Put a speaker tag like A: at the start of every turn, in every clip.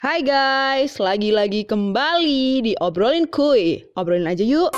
A: Hai guys, lagi-lagi kembali di Obrolin Kuy. Obrolin aja yuk.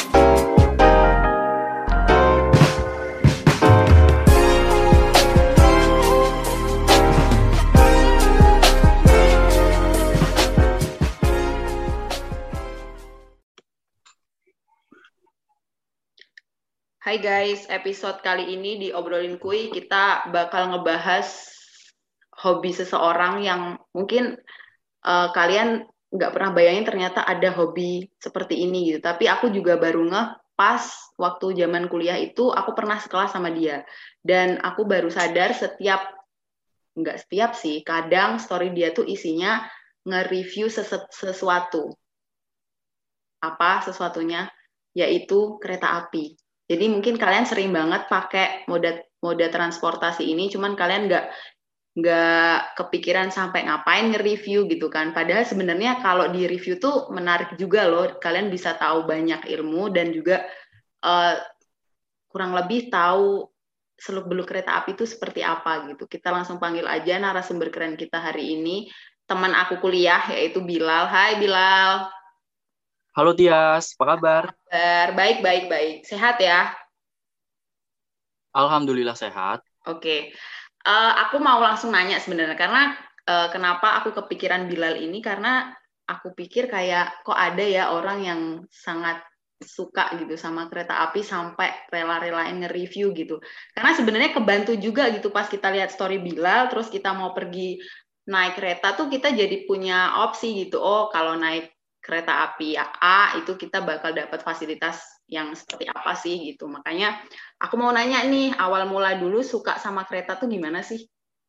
A: Hai guys, episode kali ini di Obrolin Kuy kita bakal ngebahas hobi seseorang yang mungkin kalian nggak pernah bayangin ternyata ada hobi seperti ini gitu. Tapi aku juga baru ngeh pas waktu zaman kuliah itu aku pernah sekelas sama dia. Dan aku baru sadar nggak setiap sih, kadang story dia tuh isinya nge-review sesuatu. Apa sesuatunya? Yaitu kereta api. Jadi mungkin kalian sering banget pakai moda transportasi ini, cuman kalian nggak kepikiran sampai ngapain nge-review gitu kan. Padahal sebenarnya kalau di review tuh menarik juga loh. Kalian bisa tahu banyak ilmu dan juga uh, kurang lebih tahu seluk-beluk kereta api itu seperti apa gitu. Kita langsung panggil aja narasumber keren kita hari ini, teman aku kuliah yaitu Bilal. Hai Bilal.
B: Halo Tias, apa kabar?
A: Baik, baik, baik. Sehat ya?
B: Alhamdulillah sehat.
A: Oke. Aku mau langsung nanya sebenarnya karena kenapa aku kepikiran Bilal ini karena aku pikir kayak kok ada ya orang yang sangat suka gitu sama kereta api sampai rela-relain nge-review gitu. Karena sebenarnya kebantu juga gitu pas kita lihat story Bilal terus kita mau pergi naik kereta tuh kita jadi punya opsi gitu. Oh, kalau naik kereta api A itu kita bakal dapat fasilitas yang seperti apa sih gitu. Makanya aku mau nanya nih, awal mula dulu suka sama kereta tuh gimana sih?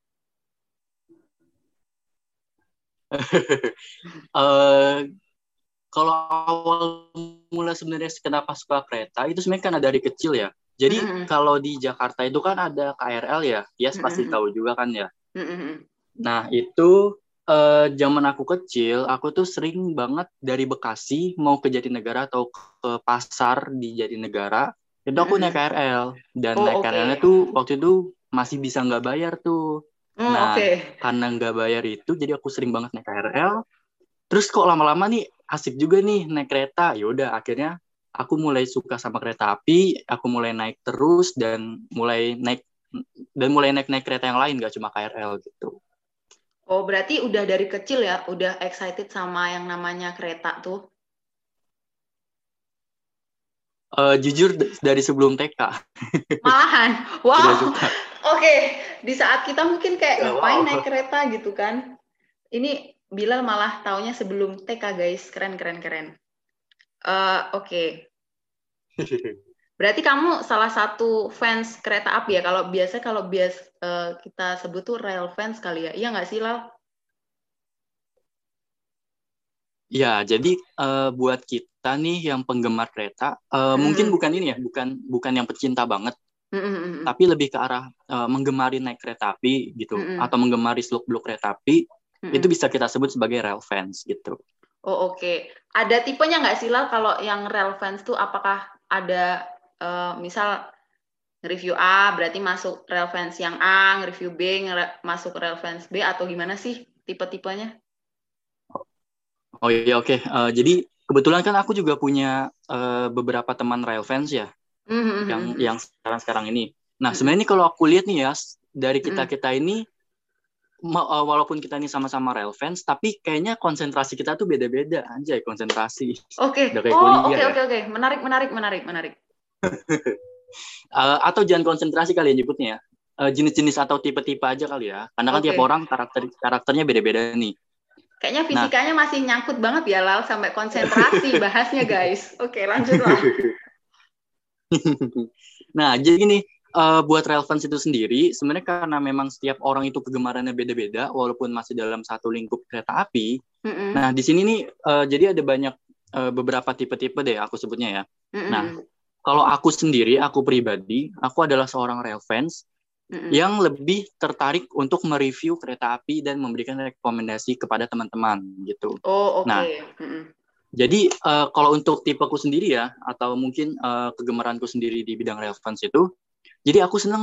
B: Eh, Kalau awal mula sebenarnya kenapa suka kereta itu sebenarnya kan dari kecil ya. Jadi
A: Mm-mm.
B: kalau di Jakarta itu kan ada KRL ya, Tias pasti
A: Mm-mm.
B: tahu juga kan ya.
A: Mm-mm.
B: Nah itu zaman aku kecil, aku tuh sering banget dari Bekasi mau ke Jatinegara atau ke pasar di Jatinegara, itu aku naik
A: Mm-mm.
B: KRL. Dan naik
A: Oh,
B: KRL-nya
A: oke.
B: tuh waktu itu masih bisa nggak bayar tuh.
A: Oh,
B: Nah,
A: oke.
B: karena nggak bayar itu, jadi aku sering banget naik KRL. Terus kok lama-lama nih asik juga nih naik kereta. Ya udah, akhirnya aku mulai suka sama kereta api. Aku mulai naik terus mulai naik kereta yang lain, gak cuma KRL gitu.
A: Oh, berarti udah dari kecil ya, udah excited sama yang namanya kereta tuh.
B: Jujur dari sebelum TK
A: Malahan,
B: udah
A: wow.
B: suka.
A: Oke, di saat kita mungkin kayak
B: Ya,
A: ngapain
B: wow.
A: naik kereta gitu kan. Ini Bilal malah taunya sebelum TK, guys. Keren, keren, keren. Oke. Berarti kamu salah satu fans kereta api ya? Kalau biasa kita sebut tuh rail fans kali ya? Iya nggak sih, Lal?
B: Ya, jadi buat kita nih yang penggemar kereta, mungkin
A: Mm-mm.
B: bukan ini ya, bukan bukan yang pecinta banget,
A: Mm-mm.
B: tapi lebih ke arah menggemari naik kereta api gitu,
A: Mm-mm.
B: atau menggemari seluk-beluk kereta api, itu
A: Mm-mm.
B: bisa kita sebut sebagai rail fans gitu.
A: Oh, oke. Ada tipenya nggak sih, Lal? Kalau yang rail fans tuh apakah ada misal review A berarti masuk rail fans yang A, review B masuk rail fans B atau gimana sih tipe-tipenya?
B: Oh iya, oke. Jadi kebetulan kan aku juga punya beberapa teman rail fans ya,
A: Mm-mm.
B: yang sekarang ini. Nah,
A: Mm-mm.
B: sebenarnya ini kalau aku lihat nih ya, dari kita
A: Mm-mm.
B: kita ini, walaupun kita ini sama-sama rail fans, tapi kayaknya konsentrasi kita tuh beda-beda, anjay konsentrasi.
A: Oke.
B: Udah kayak
A: Oh,
B: kuliah
A: oke,
B: ya.
A: oke, oke. Menarik, menarik, menarik, menarik.
B: Atau jangan konsentrasi kali ya nyebutnya ya. Jenis-jenis atau tipe-tipe aja kali ya. Karena kan tiap
A: Oke.
B: orang karakternya beda-beda nih.
A: Kayaknya
B: Nah,
A: fisikanya masih nyangkut banget ya, Lal, sampai konsentrasi bahasnya, guys. Oke, lanjutlah.
B: nah, jadi gini, buat relevance itu sendiri, sebenarnya karena memang setiap orang itu kegemarannya beda-beda, walaupun masih dalam satu lingkup kereta api.
A: Mm-mm.
B: Nah, di sini nih, jadi ada banyak beberapa tipe-tipe deh aku sebutnya ya. Nah,
A: Mm-mm.
B: kalau aku sendiri, aku pribadi, aku adalah seorang rail fans
A: Mm-mm.
B: yang lebih tertarik untuk mereview kereta api dan memberikan rekomendasi kepada teman-teman gitu.
A: Oh, oke.
B: Nah,
A: Mm-mm.
B: jadi kalau untuk tipeku sendiri ya, atau mungkin kegemaranku sendiri di bidang relevance itu, jadi aku seneng nih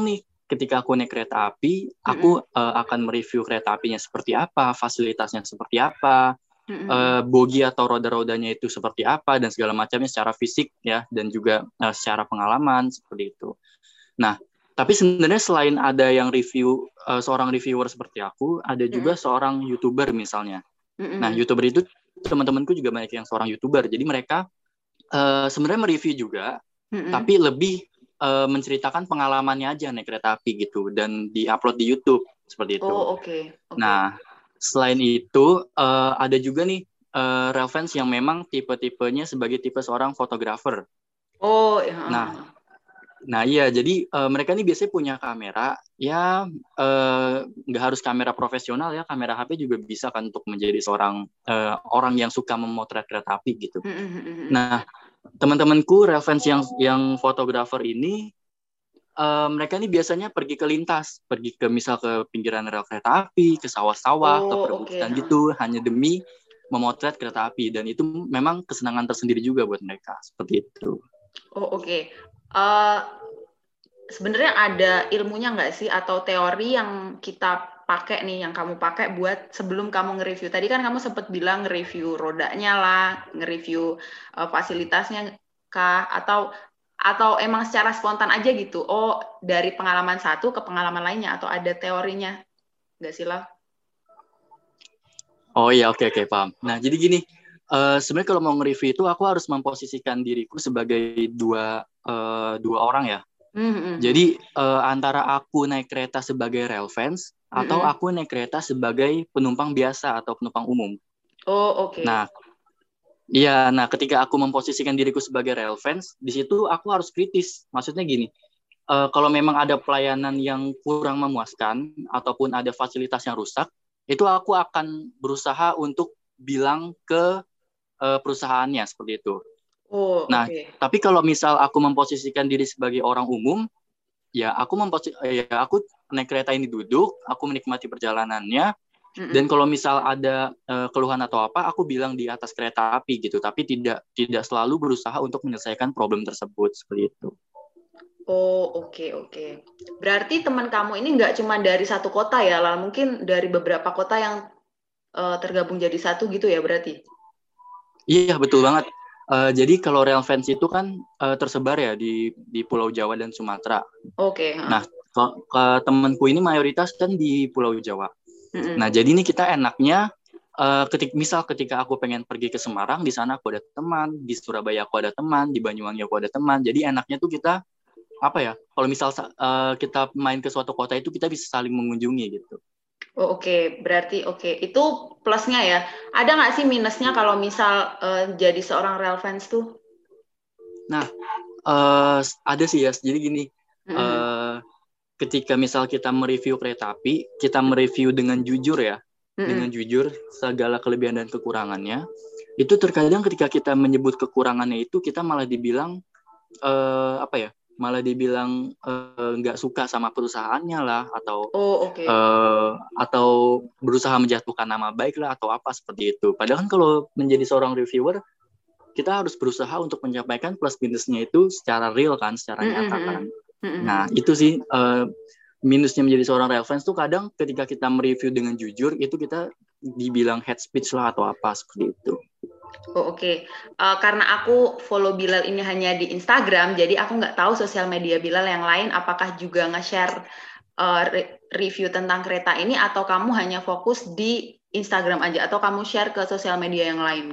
B: ketika aku naik kereta api, aku akan mereview kereta apinya seperti apa, fasilitasnya seperti apa, bogi atau roda-rodanya itu seperti apa, dan segala macamnya secara fisik ya, dan juga secara pengalaman seperti itu. Nah, tapi sebenarnya selain ada yang review, seorang reviewer seperti aku, ada juga seorang YouTuber misalnya. Nah, YouTuber itu teman-temanku juga banyak yang seorang YouTuber, jadi mereka sebenarnya mereview juga, tapi lebih menceritakan pengalamannya aja naik kereta api gitu, dan diupload di YouTube seperti itu.
A: Oh, oke.
B: Nah, selain itu ada juga nih reference yang memang tipe-tipenya sebagai tipe seorang fotografer.
A: Oh, ya.
B: Nah iya, jadi mereka nih biasanya punya kamera, ya nggak harus kamera profesional ya, kamera HP juga bisa kan untuk menjadi seorang orang yang suka memotret kereta api gitu. Nah, teman-temanku reference yang fotografer ini, mereka nih biasanya pergi ke lintas, pergi ke misal ke pinggiran rel kereta api, ke sawah-sawah, ke perbukitan gitu, hanya demi memotret kereta api, dan itu memang kesenangan tersendiri juga buat mereka seperti itu.
A: Oh, oke. Sebenarnya ada ilmunya nggak sih atau teori yang kita pakai nih, yang kamu pakai buat sebelum kamu nge-review? Tadi kan kamu sempat bilang nge-review rodanya lah, nge-review fasilitasnya kah, atau emang secara spontan aja gitu? Oh, dari pengalaman satu ke pengalaman lainnya, atau ada teorinya nggak sih, Lah?
B: Oh iya, oke, paham. Nah, jadi gini, sebenarnya kalau mau nge-review itu aku harus memposisikan diriku sebagai dua orang ya. Jadi antara aku naik kereta sebagai rail fans atau aku naik kereta sebagai penumpang biasa atau penumpang umum.
A: Oh, oke.
B: Nah, iya, ketika aku memposisikan diriku sebagai rail fans, di situ aku harus kritis. Maksudnya gini, kalau memang ada pelayanan yang kurang memuaskan ataupun ada fasilitas yang rusak, itu aku akan berusaha untuk bilang ke perusahaannya seperti itu.
A: Oh,
B: Nah,
A: oke.
B: tapi kalau misal aku memposisikan diri sebagai orang umum, ya aku naik kereta ini duduk, aku menikmati perjalanannya, dan kalau misal ada keluhan atau apa, aku bilang di atas kereta api gitu, tapi tidak selalu berusaha untuk menyelesaikan problem tersebut seperti itu.
A: Oh, oke. Berarti teman kamu ini nggak cuma dari satu kota ya, lah mungkin dari beberapa kota yang tergabung jadi satu gitu ya berarti?
B: Iya, betul banget. Jadi kalau rail fans itu kan tersebar ya di Pulau Jawa dan Sumatera.
A: Oke.
B: Nah, ke temanku ini mayoritas kan di Pulau Jawa. Nah, jadi ini kita enaknya ketika aku pengen pergi ke Semarang, di sana aku ada teman, di Surabaya aku ada teman, di Banyuwangi aku ada teman. Jadi enaknya tuh kita apa ya? Kalau misal kita main ke suatu kota itu kita bisa saling mengunjungi gitu.
A: Oh, oke. Berarti oke. Itu plusnya ya. Ada nggak sih minusnya kalau misal jadi seorang rail fans tuh?
B: Nah, ada sih ya. Jadi gini, ketika misal kita mereview kereta api, kita mereview dengan jujur ya, dengan jujur segala kelebihan dan kekurangannya. Itu terkadang ketika kita menyebut kekurangannya itu kita malah dibilang malah dibilang nggak suka sama perusahaannya lah, atau atau berusaha menjatuhkan nama baik lah atau apa seperti itu. Padahal kan kalau menjadi seorang reviewer, kita harus berusaha untuk menyampaikan plus minusnya itu secara real kan, secara nyata kan. Nah, itu sih minusnya menjadi seorang rail fans tuh kadang ketika kita mereview dengan jujur, itu kita dibilang head speech lah atau apa seperti itu.
A: Oh, oke. Karena aku follow Bilal ini hanya di Instagram, jadi aku nggak tahu sosial media Bilal yang lain apakah juga nge-share review tentang kereta ini, atau kamu hanya fokus di Instagram aja, atau kamu share ke sosial media yang lain?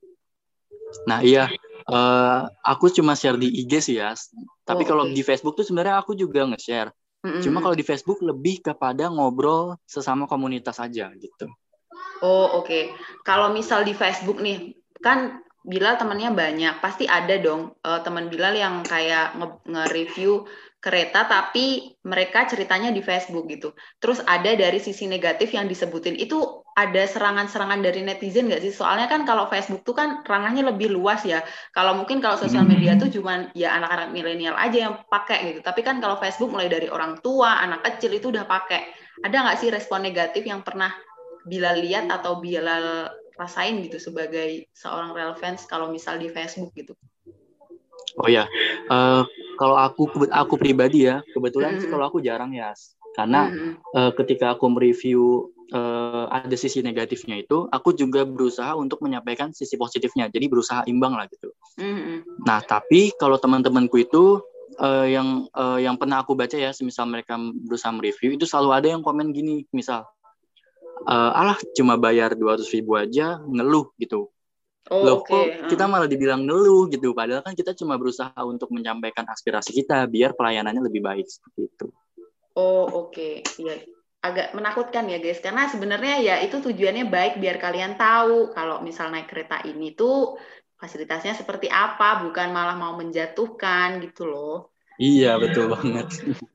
B: Nah iya, aku cuma share di IG sih ya. Tapi kalau di Facebook tuh sebenarnya aku juga nge-share. Cuma kalau di Facebook lebih kepada ngobrol sesama komunitas aja gitu.
A: Oh, oke. Kalau misal di Facebook nih, kan Bilal temannya banyak, pasti ada dong teman Bilal yang kayak nge-review kereta, tapi mereka ceritanya di Facebook gitu. Terus ada dari sisi negatif yang disebutin, itu ada serangan-serangan dari netizen nggak sih? Soalnya kan kalau Facebook tuh kan ranahnya lebih luas ya. Kalau mungkin kalau sosial media tuh cuman ya anak-anak milenial aja yang pakai gitu. Tapi kan kalau Facebook mulai dari orang tua, anak kecil itu udah pakai. Ada nggak sih respon negatif yang pernah Bilal lihat atau Bilal rasain gitu sebagai seorang rail fans kalau misal di Facebook gitu?
B: Oh ya, Kalau aku pribadi ya, kebetulan sih kalau aku jarang ya, karena ketika aku mereview ada sisi negatifnya itu, aku juga berusaha untuk menyampaikan sisi positifnya, jadi berusaha imbang lah gitu. Nah, tapi kalau teman-temanku itu yang pernah aku baca ya, semisal mereka berusaha mereview, itu selalu ada yang komen gini, misal, alah cuma bayar 200.000 aja, ngeluh gitu. Loh, kok kita malah dibilang ngeluh gitu, padahal kan kita cuma berusaha untuk menyampaikan aspirasi kita biar pelayanannya lebih baik seperti itu.
A: Ya, agak menakutkan ya guys, karena sebenarnya ya itu tujuannya baik biar kalian tahu kalau misal naik kereta ini tuh fasilitasnya seperti apa, bukan malah mau menjatuhkan gitu loh.
B: Iya, betul banget.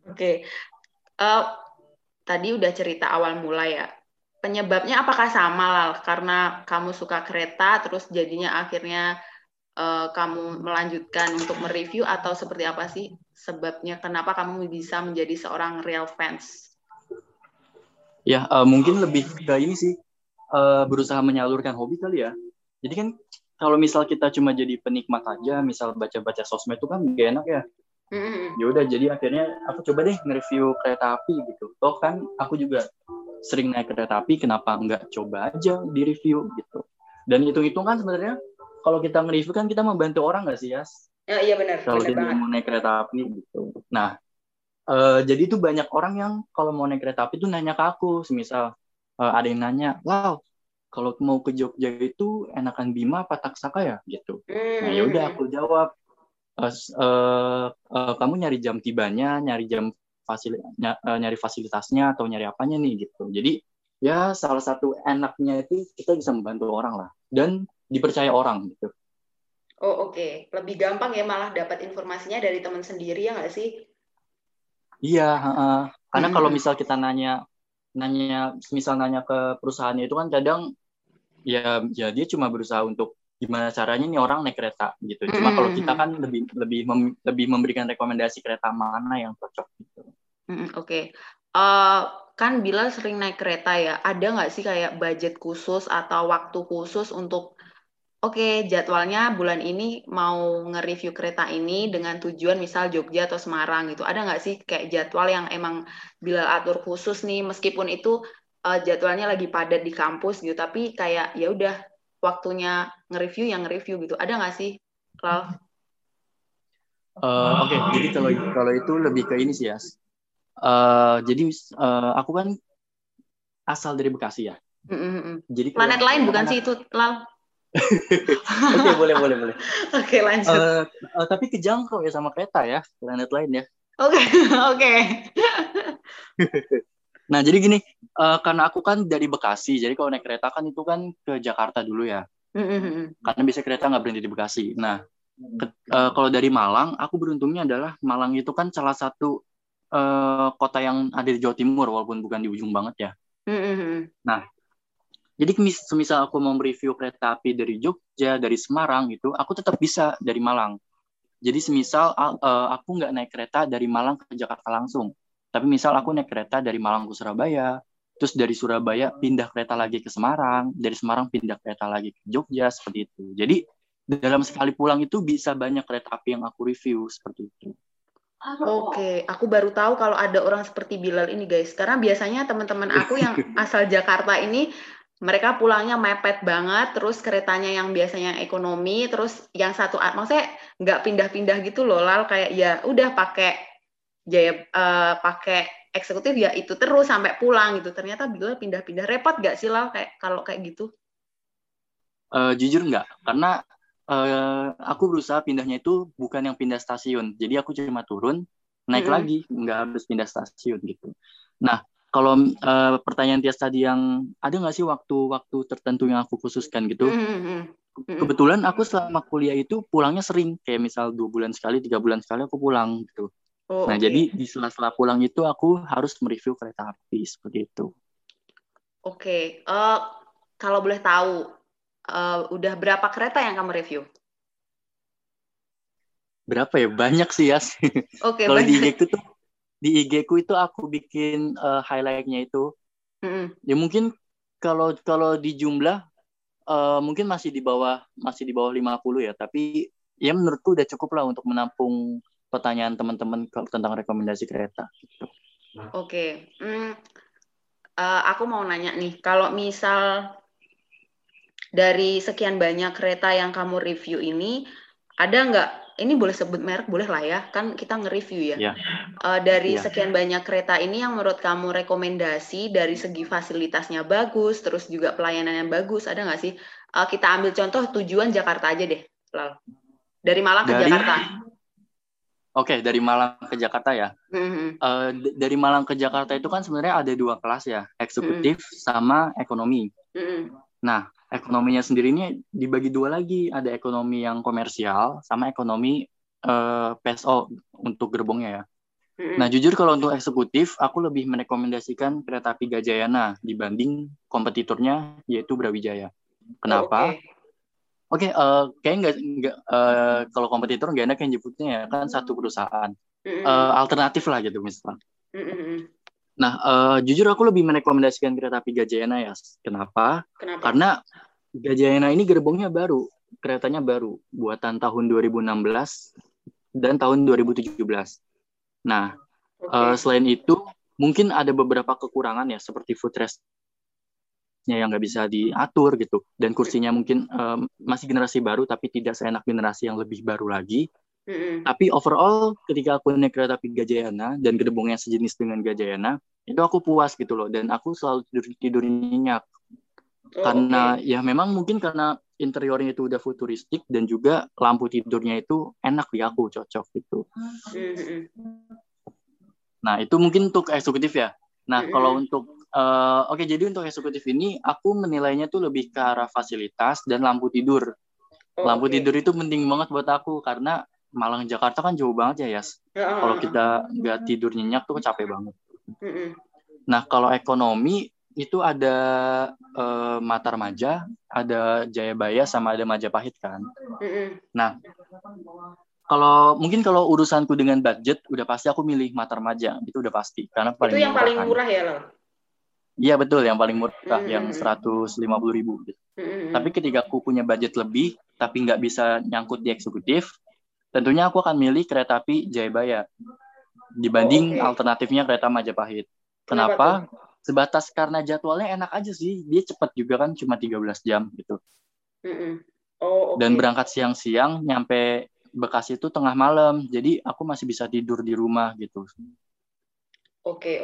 A: Tadi udah cerita awal mula ya. Penyebabnya apakah sama lah? Karena kamu suka kereta, terus jadinya akhirnya kamu melanjutkan untuk mereview, atau seperti apa sih sebabnya kenapa kamu bisa menjadi seorang real fans?
B: Ya, mungkin lebih ke ini sih, berusaha menyalurkan hobi kali ya. Jadi kan kalau misal kita cuma jadi penikmat aja, misal baca-baca sosmed itu kan gak enak ya. Ya udah, jadi akhirnya aku coba deh nge-review kereta api gitu. Toh kan aku juga sering naik kereta api, kenapa nggak coba aja di review gitu. Dan hitung-hitung kan sebenarnya kalau kita nge-review kan kita membantu orang nggak sih, Yas?
A: Ya, iya benar.
B: Kalau dia mau naik kereta api gitu. Nah, jadi itu banyak orang yang kalau mau naik kereta api itu nanya ke aku, semisal ada yang nanya, wow, kalau mau ke Jogja itu enakan Bima apa Taksaka ya gitu. Nah, ya udah aku jawab, kamu nyari jam tibanya, nyari fasilitasnya atau nyari apanya nih gitu. Jadi ya salah satu enaknya itu kita bisa membantu orang lah dan dipercaya orang gitu.
A: Oke. Lebih gampang ya malah dapat informasinya dari teman sendiri ya nggak sih?
B: Iya, karena kalau misal kita nanya ke perusahaannya itu kan kadang ya dia cuma berusaha untuk gimana caranya nih orang naik kereta gitu. Cuma kalau kita kan lebih memberikan rekomendasi kereta mana yang cocok gitu.
A: Oke. Kan Bilal sering naik kereta ya. Ada nggak sih kayak budget khusus atau waktu khusus untuk jadwalnya bulan ini mau nge-review kereta ini dengan tujuan misal Jogja atau Semarang gitu. Ada nggak sih kayak jadwal yang emang Bilal atur khusus nih, meskipun itu jadwalnya lagi padat di kampus gitu, tapi kayak ya udah waktunya nge-review yang nge-review gitu. Ada nggak sih, Lal?
B: Oke, jadi kalau itu lebih ke ini sih ya. Jadi aku kan asal dari Bekasi ya.
A: Jadi planet lain bukan sih itu, Lal?
B: Oke, boleh.
A: Oke, lanjut.
B: Tapi kejangkau ya sama kereta ya, planet lain ya.
A: Oke.
B: Nah, jadi gini, karena aku kan dari Bekasi, jadi kalau naik kereta kan itu kan ke Jakarta dulu ya. Karena biasanya kereta nggak berhenti di Bekasi. Nah, kalau dari Malang, aku beruntungnya adalah Malang itu kan salah satu kota yang ada di Jawa Timur, walaupun bukan di ujung banget ya. Nah, jadi semisal aku mau mereview kereta api dari Jogja, dari Semarang gitu, aku tetap bisa dari Malang. Jadi semisal aku nggak naik kereta dari Malang ke Jakarta langsung, tapi misal aku naik kereta dari Malang ke Surabaya, terus dari Surabaya pindah kereta lagi ke Semarang, dari Semarang pindah kereta lagi ke Jogja, seperti itu. Jadi dalam sekali pulang itu bisa banyak kereta api yang aku review, seperti itu.
A: Oke, aku baru tahu kalau ada orang seperti Bilal ini guys. Karena biasanya teman-teman aku yang asal Jakarta ini, mereka pulangnya mepet banget, terus keretanya yang biasanya ekonomi, terus yang satu, maksudnya nggak pindah-pindah gitu loh, Lal. Kayak ya udah pakai eksekutif ya itu terus sampai pulang gitu. Ternyata Bilal pindah-pindah, repot nggak sih, Lal, kayak kalau kayak gitu?
B: Jujur nggak, karena aku berusaha pindahnya itu bukan yang pindah stasiun. Jadi aku cuma turun, naik lagi, nggak harus pindah stasiun gitu. Nah, kalau pertanyaan Tias tadi yang ada nggak sih waktu-waktu tertentu yang aku khususkan gitu? Kebetulan aku selama kuliah itu pulangnya sering, kayak misal 2 bulan sekali, 3 bulan sekali aku pulang gitu. Nah, jadi di sela-sela pulang itu aku harus mereview kereta api seperti itu.
A: Oke, kalau boleh tahu, udah berapa kereta yang kamu review?
B: Berapa ya? Banyak sih ya. Kalau di IG ku itu aku bikin highlight-nya itu. Ya mungkin kalau di jumlah mungkin masih di bawah 50 ya, tapi ya menurutku udah cukup lah untuk menampung pertanyaan teman-teman tentang rekomendasi kereta.
A: Oke. Aku mau nanya nih, kalau misal dari sekian banyak kereta yang kamu review ini, ada nggak, ini boleh sebut merek, boleh lah ya, kan kita nge-review ya. Dari sekian banyak kereta ini yang menurut kamu rekomendasi dari segi fasilitasnya bagus, terus juga pelayanan yang bagus, ada nggak sih? Kita ambil contoh tujuan Jakarta aja deh, Lal. Dari Malang ke Jakarta.
B: Oke, dari Malang ke Jakarta ya. Dari Malang ke Jakarta itu kan sebenarnya ada 2 kelas ya, eksekutif sama ekonomi. Nah, ekonominya sendiri ini dibagi 2 lagi, ada ekonomi yang komersial sama ekonomi PSO untuk gerbongnya ya. Nah, jujur kalau untuk eksekutif, aku lebih merekomendasikan kereta api Gajayana dibanding kompetitornya yaitu Brawijaya. Kenapa? Oke, kayaknya nggak kalau kompetitor nggak enak yang nyebutnya ya, kan satu perusahaan. Alternatif lah gitu misalnya. Nah, jujur aku lebih merekomendasikan kereta api Gajayana ya. Kenapa? Karena Gajayana ini gerbongnya baru, keretanya baru, buatan tahun 2016 dan tahun 2017. Nah, selain itu mungkin ada beberapa kekurangan ya, seperti footrest-nya yang nggak bisa diatur gitu, dan kursinya mungkin masih generasi baru tapi tidak seenak generasi yang lebih baru lagi. Tapi overall ketika aku naik kereta api Gajayana dan gerbongnya sejenis dengan Gajayana, itu aku puas gitu loh, dan aku selalu tidur nyenyak. Karena ya memang mungkin karena interiornya itu udah futuristik dan juga lampu tidurnya itu enak di aku, cocok gitu. Nah, itu mungkin untuk eksekutif ya. Nah, kalau untuk jadi untuk eksekutif ini aku menilainya tuh lebih ke arah fasilitas dan lampu tidur. Lampu tidur itu penting banget buat aku karena Malang Jakarta kan jauh banget ya, Yas. Kalau kita nggak tidur nyenyak tuh capek banget. Nah, kalau ekonomi itu ada Matarmaja, ada Jayabaya, sama ada Majapahit kan. Nah, kalau urusanku dengan budget, udah pasti aku milih Matarmaja, itu udah pasti karena paling
A: itu yang
B: murah,
A: paling murah ya lo?
B: Iya betul, yang paling murah, yang 150.000 gitu. Tapi ketika aku punya budget lebih, tapi nggak bisa nyangkut di eksekutif, tentunya aku akan milih kereta api Jayabaya dibanding alternatifnya kereta Majapahit. Kenapa? Sebatas karena jadwalnya enak aja sih, dia cepat juga kan, cuma 13 jam gitu. Dan berangkat siang-siang, nyampe Bekasi itu tengah malam, jadi aku masih bisa tidur di rumah gitu.
A: Oke.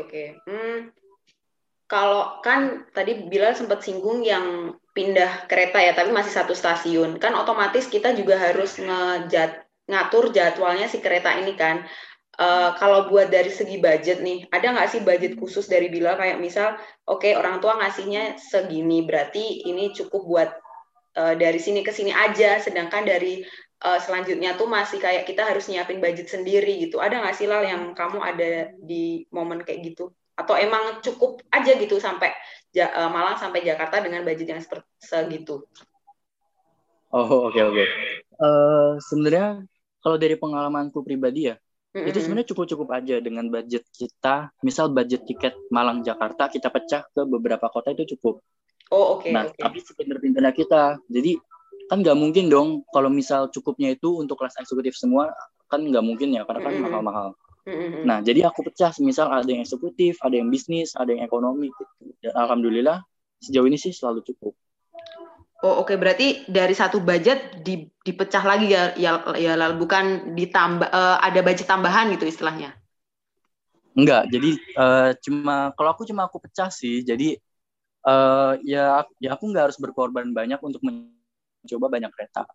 A: Kalau kan tadi Bilal sempat singgung yang pindah kereta ya, tapi masih satu stasiun. Kan otomatis kita juga harus ngatur jadwalnya si kereta ini kan. Kalau buat dari segi budget nih, ada nggak sih budget khusus dari Bilal? Kayak misal, orang tua ngasihnya segini, berarti ini cukup buat dari sini ke sini aja. Sedangkan dari selanjutnya tuh masih kayak kita harus nyiapin budget sendiri gitu. Ada nggak sih Lal yang kamu ada di momen kayak gitu? Atau emang cukup aja gitu sampai Malang sampai Jakarta dengan budget yang segitu?
B: Oke. Sebenarnya kalau dari pengalamanku pribadi ya, itu sebenarnya cukup aja dengan budget kita. Misal budget tiket Malang Jakarta kita pecah ke beberapa kota itu cukup. Tapi sepinter-pinternya kita. Jadi kan nggak mungkin dong kalau misal cukupnya itu untuk kelas eksekutif semua, kan nggak mungkin ya, karena kan mahal-mahal. Nah, jadi aku pecah, misal ada yang eksekutif, ada yang bisnis, ada yang ekonomi gitu. Dan alhamdulillah sejauh ini sih selalu cukup.
A: Berarti dari satu budget dipecah lagi ya, bukan ditambah, ada budget tambahan gitu istilahnya?
B: Enggak, jadi kalau aku pecah sih, jadi ya aku nggak harus berkorban banyak untuk mencoba banyak kereta.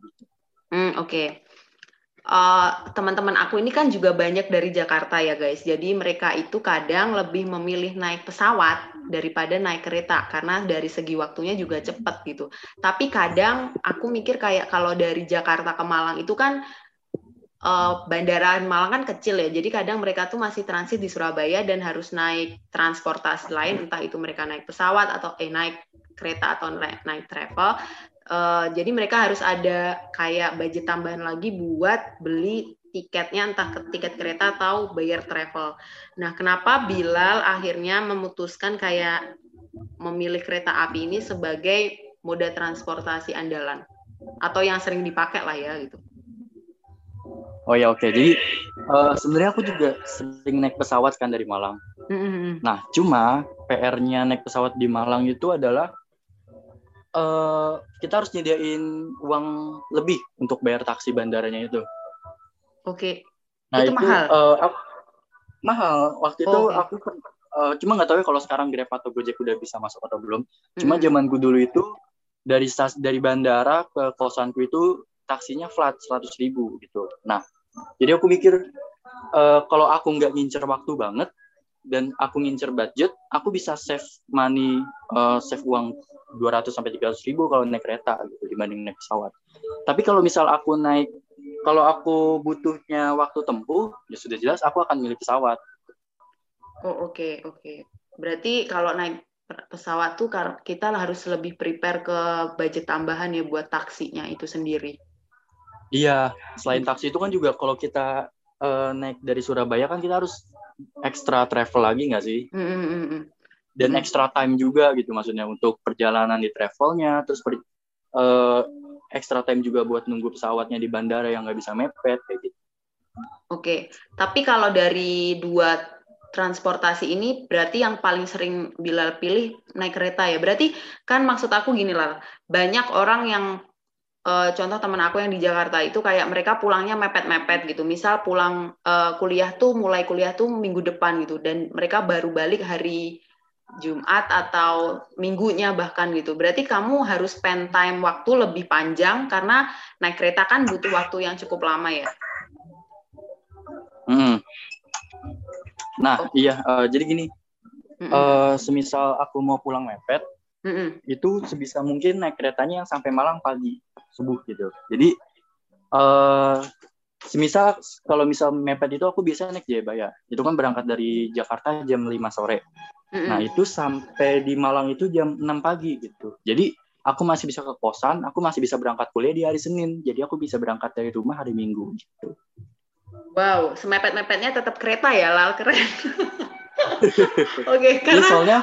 A: Teman-teman aku ini kan juga banyak dari Jakarta ya guys, jadi mereka itu kadang lebih memilih naik pesawat daripada naik kereta karena dari segi waktunya juga cepat gitu. Tapi kadang aku mikir kayak kalau dari Jakarta ke Malang itu kan bandara Malang kan kecil ya, jadi kadang mereka tuh masih transit di Surabaya dan harus naik transportasi lain, entah itu mereka naik pesawat atau naik kereta atau naik travel. Jadi mereka harus ada kayak budget tambahan lagi buat beli tiketnya, entah tiket kereta atau bayar travel. Nah, kenapa Bilal akhirnya memutuskan kayak memilih kereta api ini sebagai moda transportasi andalan atau yang sering dipakai lah ya gitu?
B: Oke. Jadi Sebenarnya aku juga sering naik pesawat kan dari Malang. Nah, cuma PR-nya naik pesawat di Malang itu adalah kita harus nyediain uang lebih untuk bayar taksi bandaranya itu.
A: Oke.
B: Nah,
A: Itu mahal?
B: Mahal. Waktu itu aku cuma nggak tahu ya kalau sekarang Grab atau Gojek udah bisa masuk atau belum. Cuma zamanku dulu itu dari bandara ke kosanku itu taksinya flat 100.000 gitu. Nah, jadi aku mikir kalau aku nggak ngincer waktu banget dan aku ngincer budget, aku bisa save money, save uang 200 sampai 300 ribu kalau naik kereta gitu dibanding naik pesawat. Tapi kalau misal kalau aku butuhnya waktu tempuh, ya sudah jelas aku akan milih pesawat.
A: Oh, oke. Berarti kalau naik pesawat tuh kita harus lebih prepare ke budget tambahan ya buat taksinya itu sendiri.
B: Iya, selain taksi itu kan juga kalau kita naik dari Surabaya kan kita harus extra travel lagi nggak sih? Dan extra time juga gitu maksudnya untuk perjalanan di travelnya, terus extra time juga buat nunggu pesawatnya di bandara yang nggak bisa mepet kayak gitu.
A: Oke, tapi kalau dari dua transportasi ini berarti yang paling sering Bilal pilih naik kereta ya. Berarti kan maksud aku gini lah, banyak orang yang contoh teman aku yang di Jakarta itu kayak mereka pulangnya mepet-mepet gitu. Misal pulang mulai kuliah tuh minggu depan gitu dan mereka baru balik hari Jumat atau minggunya bahkan gitu. Berarti kamu harus spend time waktu lebih panjang karena naik kereta kan butuh waktu yang cukup lama ya.
B: Nah, iya, jadi gini, semisal aku mau pulang mepet, itu sebisa mungkin naik keretanya yang sampai Malang pagi, subuh gitu. Jadi, kalau misal mepet itu aku biasanya naik Jayabaya. Itu kan berangkat dari Jakarta jam 5 sore. Nah, itu sampai di Malang itu jam 6 pagi gitu. Jadi, aku masih bisa ke kosan, aku masih bisa berangkat kuliah di hari Senin. Jadi, aku bisa berangkat dari rumah hari Minggu gitu.
A: Wow, semepet-mepetnya tetap kereta ya, Lal, keren. Oke, karena
B: ya, soalnya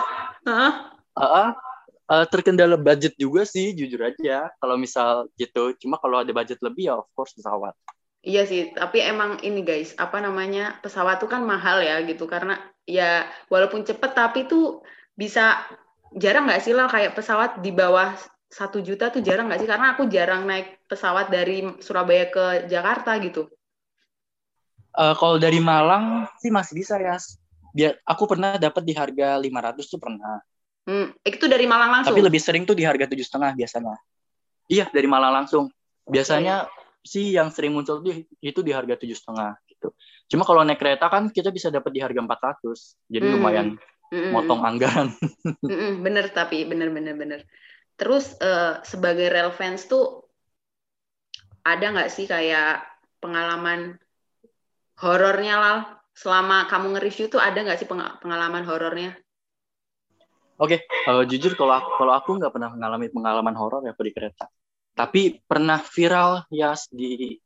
B: terkendala budget juga sih, jujur aja. Kalau misal gitu, cuma kalau ada budget lebih ya of course pesawat.
A: Iya sih, tapi emang ini guys, pesawat tuh kan mahal ya gitu, karena ya walaupun cepet tapi tuh bisa jarang nggak sih lah kayak pesawat di bawah 1 juta tuh jarang nggak sih? Karena aku jarang naik pesawat dari Surabaya ke Jakarta gitu.
B: Kalau dari Malang sih masih bisa ya. Aku pernah dapat di harga 500 tuh pernah.
A: Itu dari Malang langsung?
B: Tapi lebih sering tuh di harga 7,5 biasanya. Iya, dari Malang langsung. Biasanya sih yang sering muncul tuh itu di harga 7,5 gitu. Cuma kalau naik kereta kan kita bisa dapat di harga 400. Jadi lumayan motong anggaran.
A: Bener. Terus sebagai real fans tuh ada nggak sih kayak pengalaman horornya, Lal? Selama kamu nge-review tuh ada nggak sih pengalaman horornya?
B: Oke, jujur kalau aku nggak pernah mengalami pengalaman horor ya di kereta. Tapi pernah viral ya di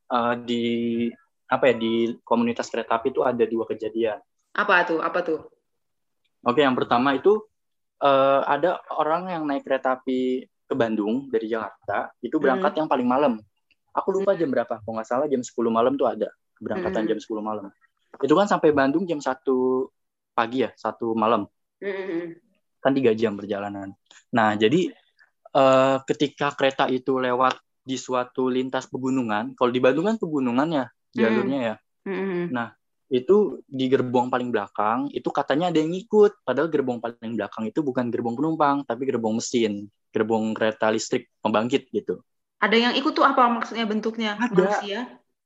B: komunitas kereta api itu ada 2 kejadian.
A: Apa tuh?
B: Oke, yang pertama itu ada orang yang naik kereta api ke Bandung dari Jakarta, itu berangkat yang paling malam. Aku lupa jam berapa, kalau nggak salah jam 10 malam tuh ada keberangkatan jam 10 malam. Itu kan sampai Bandung jam 1 pagi ya, 1 malam. Kan 3 jam perjalanan. Nah, jadi ketika kereta itu lewat di suatu lintas pegunungan, kalau di Bandung kan pegunungan ya jalurnya ya. Nah, itu di gerbong paling belakang, itu katanya ada yang ngikut. Padahal gerbong paling belakang itu bukan gerbong penumpang, tapi gerbong mesin, gerbong kereta listrik pembangkit gitu.
A: Ada yang ikut tuh apa maksudnya bentuknya?
B: Ada.
A: Manusia?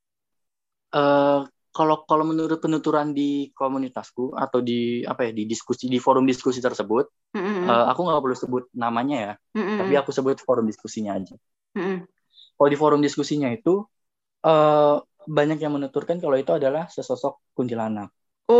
B: Kalau menurut penuturan di komunitasku atau di forum diskusi tersebut, aku nggak perlu sebut namanya ya, tapi aku sebut forum diskusinya aja. Kalau di forum diskusinya itu banyak yang menuturkan kalau itu adalah sesosok kuntilanak.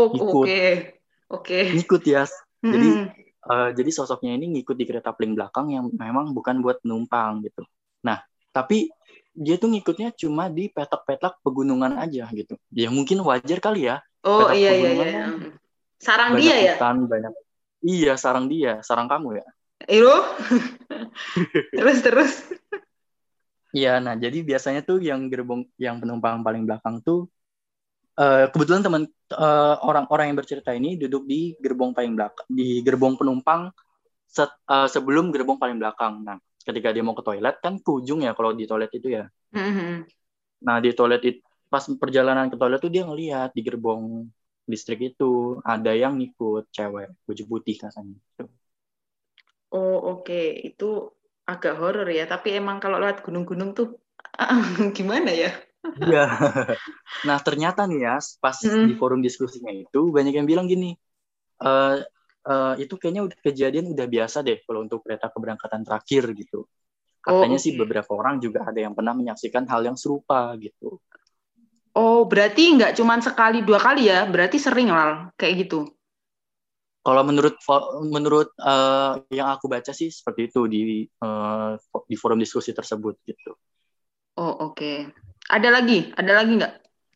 A: Oke.
B: Ngikut ya. Jadi sosoknya ini ngikut di kereta paling belakang yang memang bukan buat penumpang gitu. Nah, tapi dia tuh ngikutnya cuma di petak-petak pegunungan aja gitu. Ya mungkin wajar kali ya.
A: Oh iya. Sarang dia ya?
B: Banyak. Iya, sarang dia, sarang kamu ya.
A: Iyo. Terus.
B: Iya, nah jadi biasanya tuh yang penumpang paling belakang tuh Kebetulan orang-orang yang bercerita ini duduk di gerbong paling belakang, di gerbong penumpang sebelum gerbong paling belakang. Nah, ketika dia mau ke toilet kan ke ujung ya kalau di toilet itu ya. Nah, di toilet itu pas perjalanan ke toilet tuh dia ngelihat di gerbong listrik itu ada yang ngikut, cewek baju putih katanya.
A: Oh, oke. Itu agak horor ya, tapi emang kalau lewat gunung-gunung tuh gimana ya?
B: Iya. Nah, ternyata nih ya, pas di forum diskusinya itu banyak yang bilang gini, itu kayaknya kejadian udah biasa deh kalau untuk kereta keberangkatan terakhir gitu. Katanya sih beberapa orang juga ada yang pernah menyaksikan hal yang serupa gitu.
A: Oh, berarti nggak cuma sekali 2 kali ya? Berarti sering lah kayak gitu.
B: Kalau menurut yang aku baca sih seperti itu di forum diskusi tersebut gitu.
A: Oh, oke. Ada lagi nggak?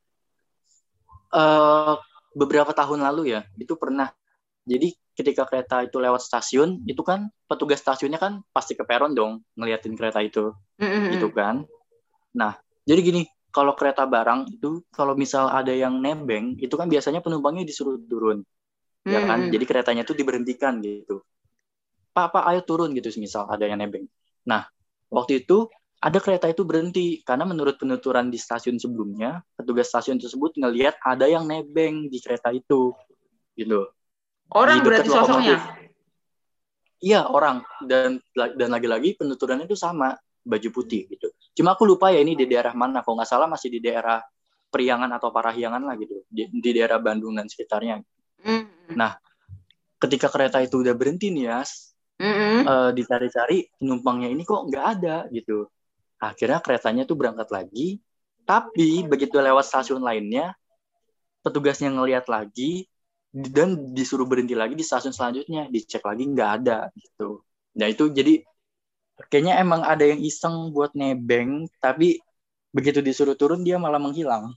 B: Beberapa tahun lalu ya, itu pernah. Jadi ketika kereta itu lewat stasiun, itu kan petugas stasiunnya kan pasti ke peron dong ngeliatin kereta itu, gitu kan. Nah, jadi gini, kalau kereta barang itu kalau misal ada yang nebeng, itu kan biasanya penumpangnya disuruh turun, ya kan. Jadi keretanya itu diberhentikan gitu. Pak, ayo turun gitu, misal ada yang nebeng. Nah, waktu itu ada kereta itu berhenti karena menurut penuturan di stasiun sebelumnya, petugas stasiun tersebut ngelihat ada yang nebeng di kereta itu, gitu. Di
A: Orang
B: dekat
A: berarti
B: lokomotif.
A: sosoknya?
B: Iya, orang. Dan lagi-lagi penuturannya itu sama, baju putih gitu. Cuma aku lupa ya ini di daerah mana. Kalau nggak salah masih di daerah Priangan atau Parahyangan lah gitu. Di daerah Bandung dan sekitarnya. Nah, ketika kereta itu udah berhenti nih ya, dicari-cari penumpangnya ini kok nggak ada gitu. Akhirnya keretanya tuh berangkat lagi. Tapi begitu lewat stasiun lainnya, petugasnya ngelihat lagi, dan disuruh berhenti lagi di stasiun selanjutnya, dicek lagi nggak ada gitu. Nah itu jadi kayaknya emang ada yang iseng buat nebeng, tapi begitu disuruh turun dia malah menghilang.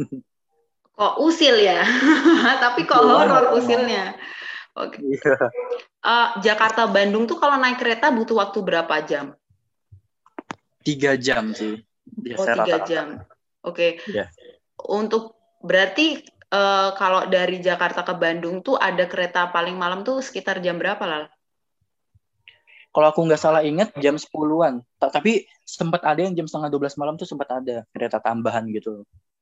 A: Kok usil ya? Tapi kok
B: Betul banget
A: horor
B: emang.
A: usilnya. Oke.
B: Iya.
A: Jakarta Bandung tuh kalau naik kereta butuh waktu berapa jam?
B: 3 jam sih
A: Oh,
B: biasa
A: 3 jam.
B: rata-rata.
A: Oke.
B: Ya.
A: Untuk berarti kalau dari Jakarta ke Bandung tuh ada kereta paling malam tuh sekitar jam berapa lah?
B: Kalau aku nggak salah ingat jam 10-an. Tapi sempat ada yang jam setengah 12 malam tuh sempat ada kereta tambahan gitu.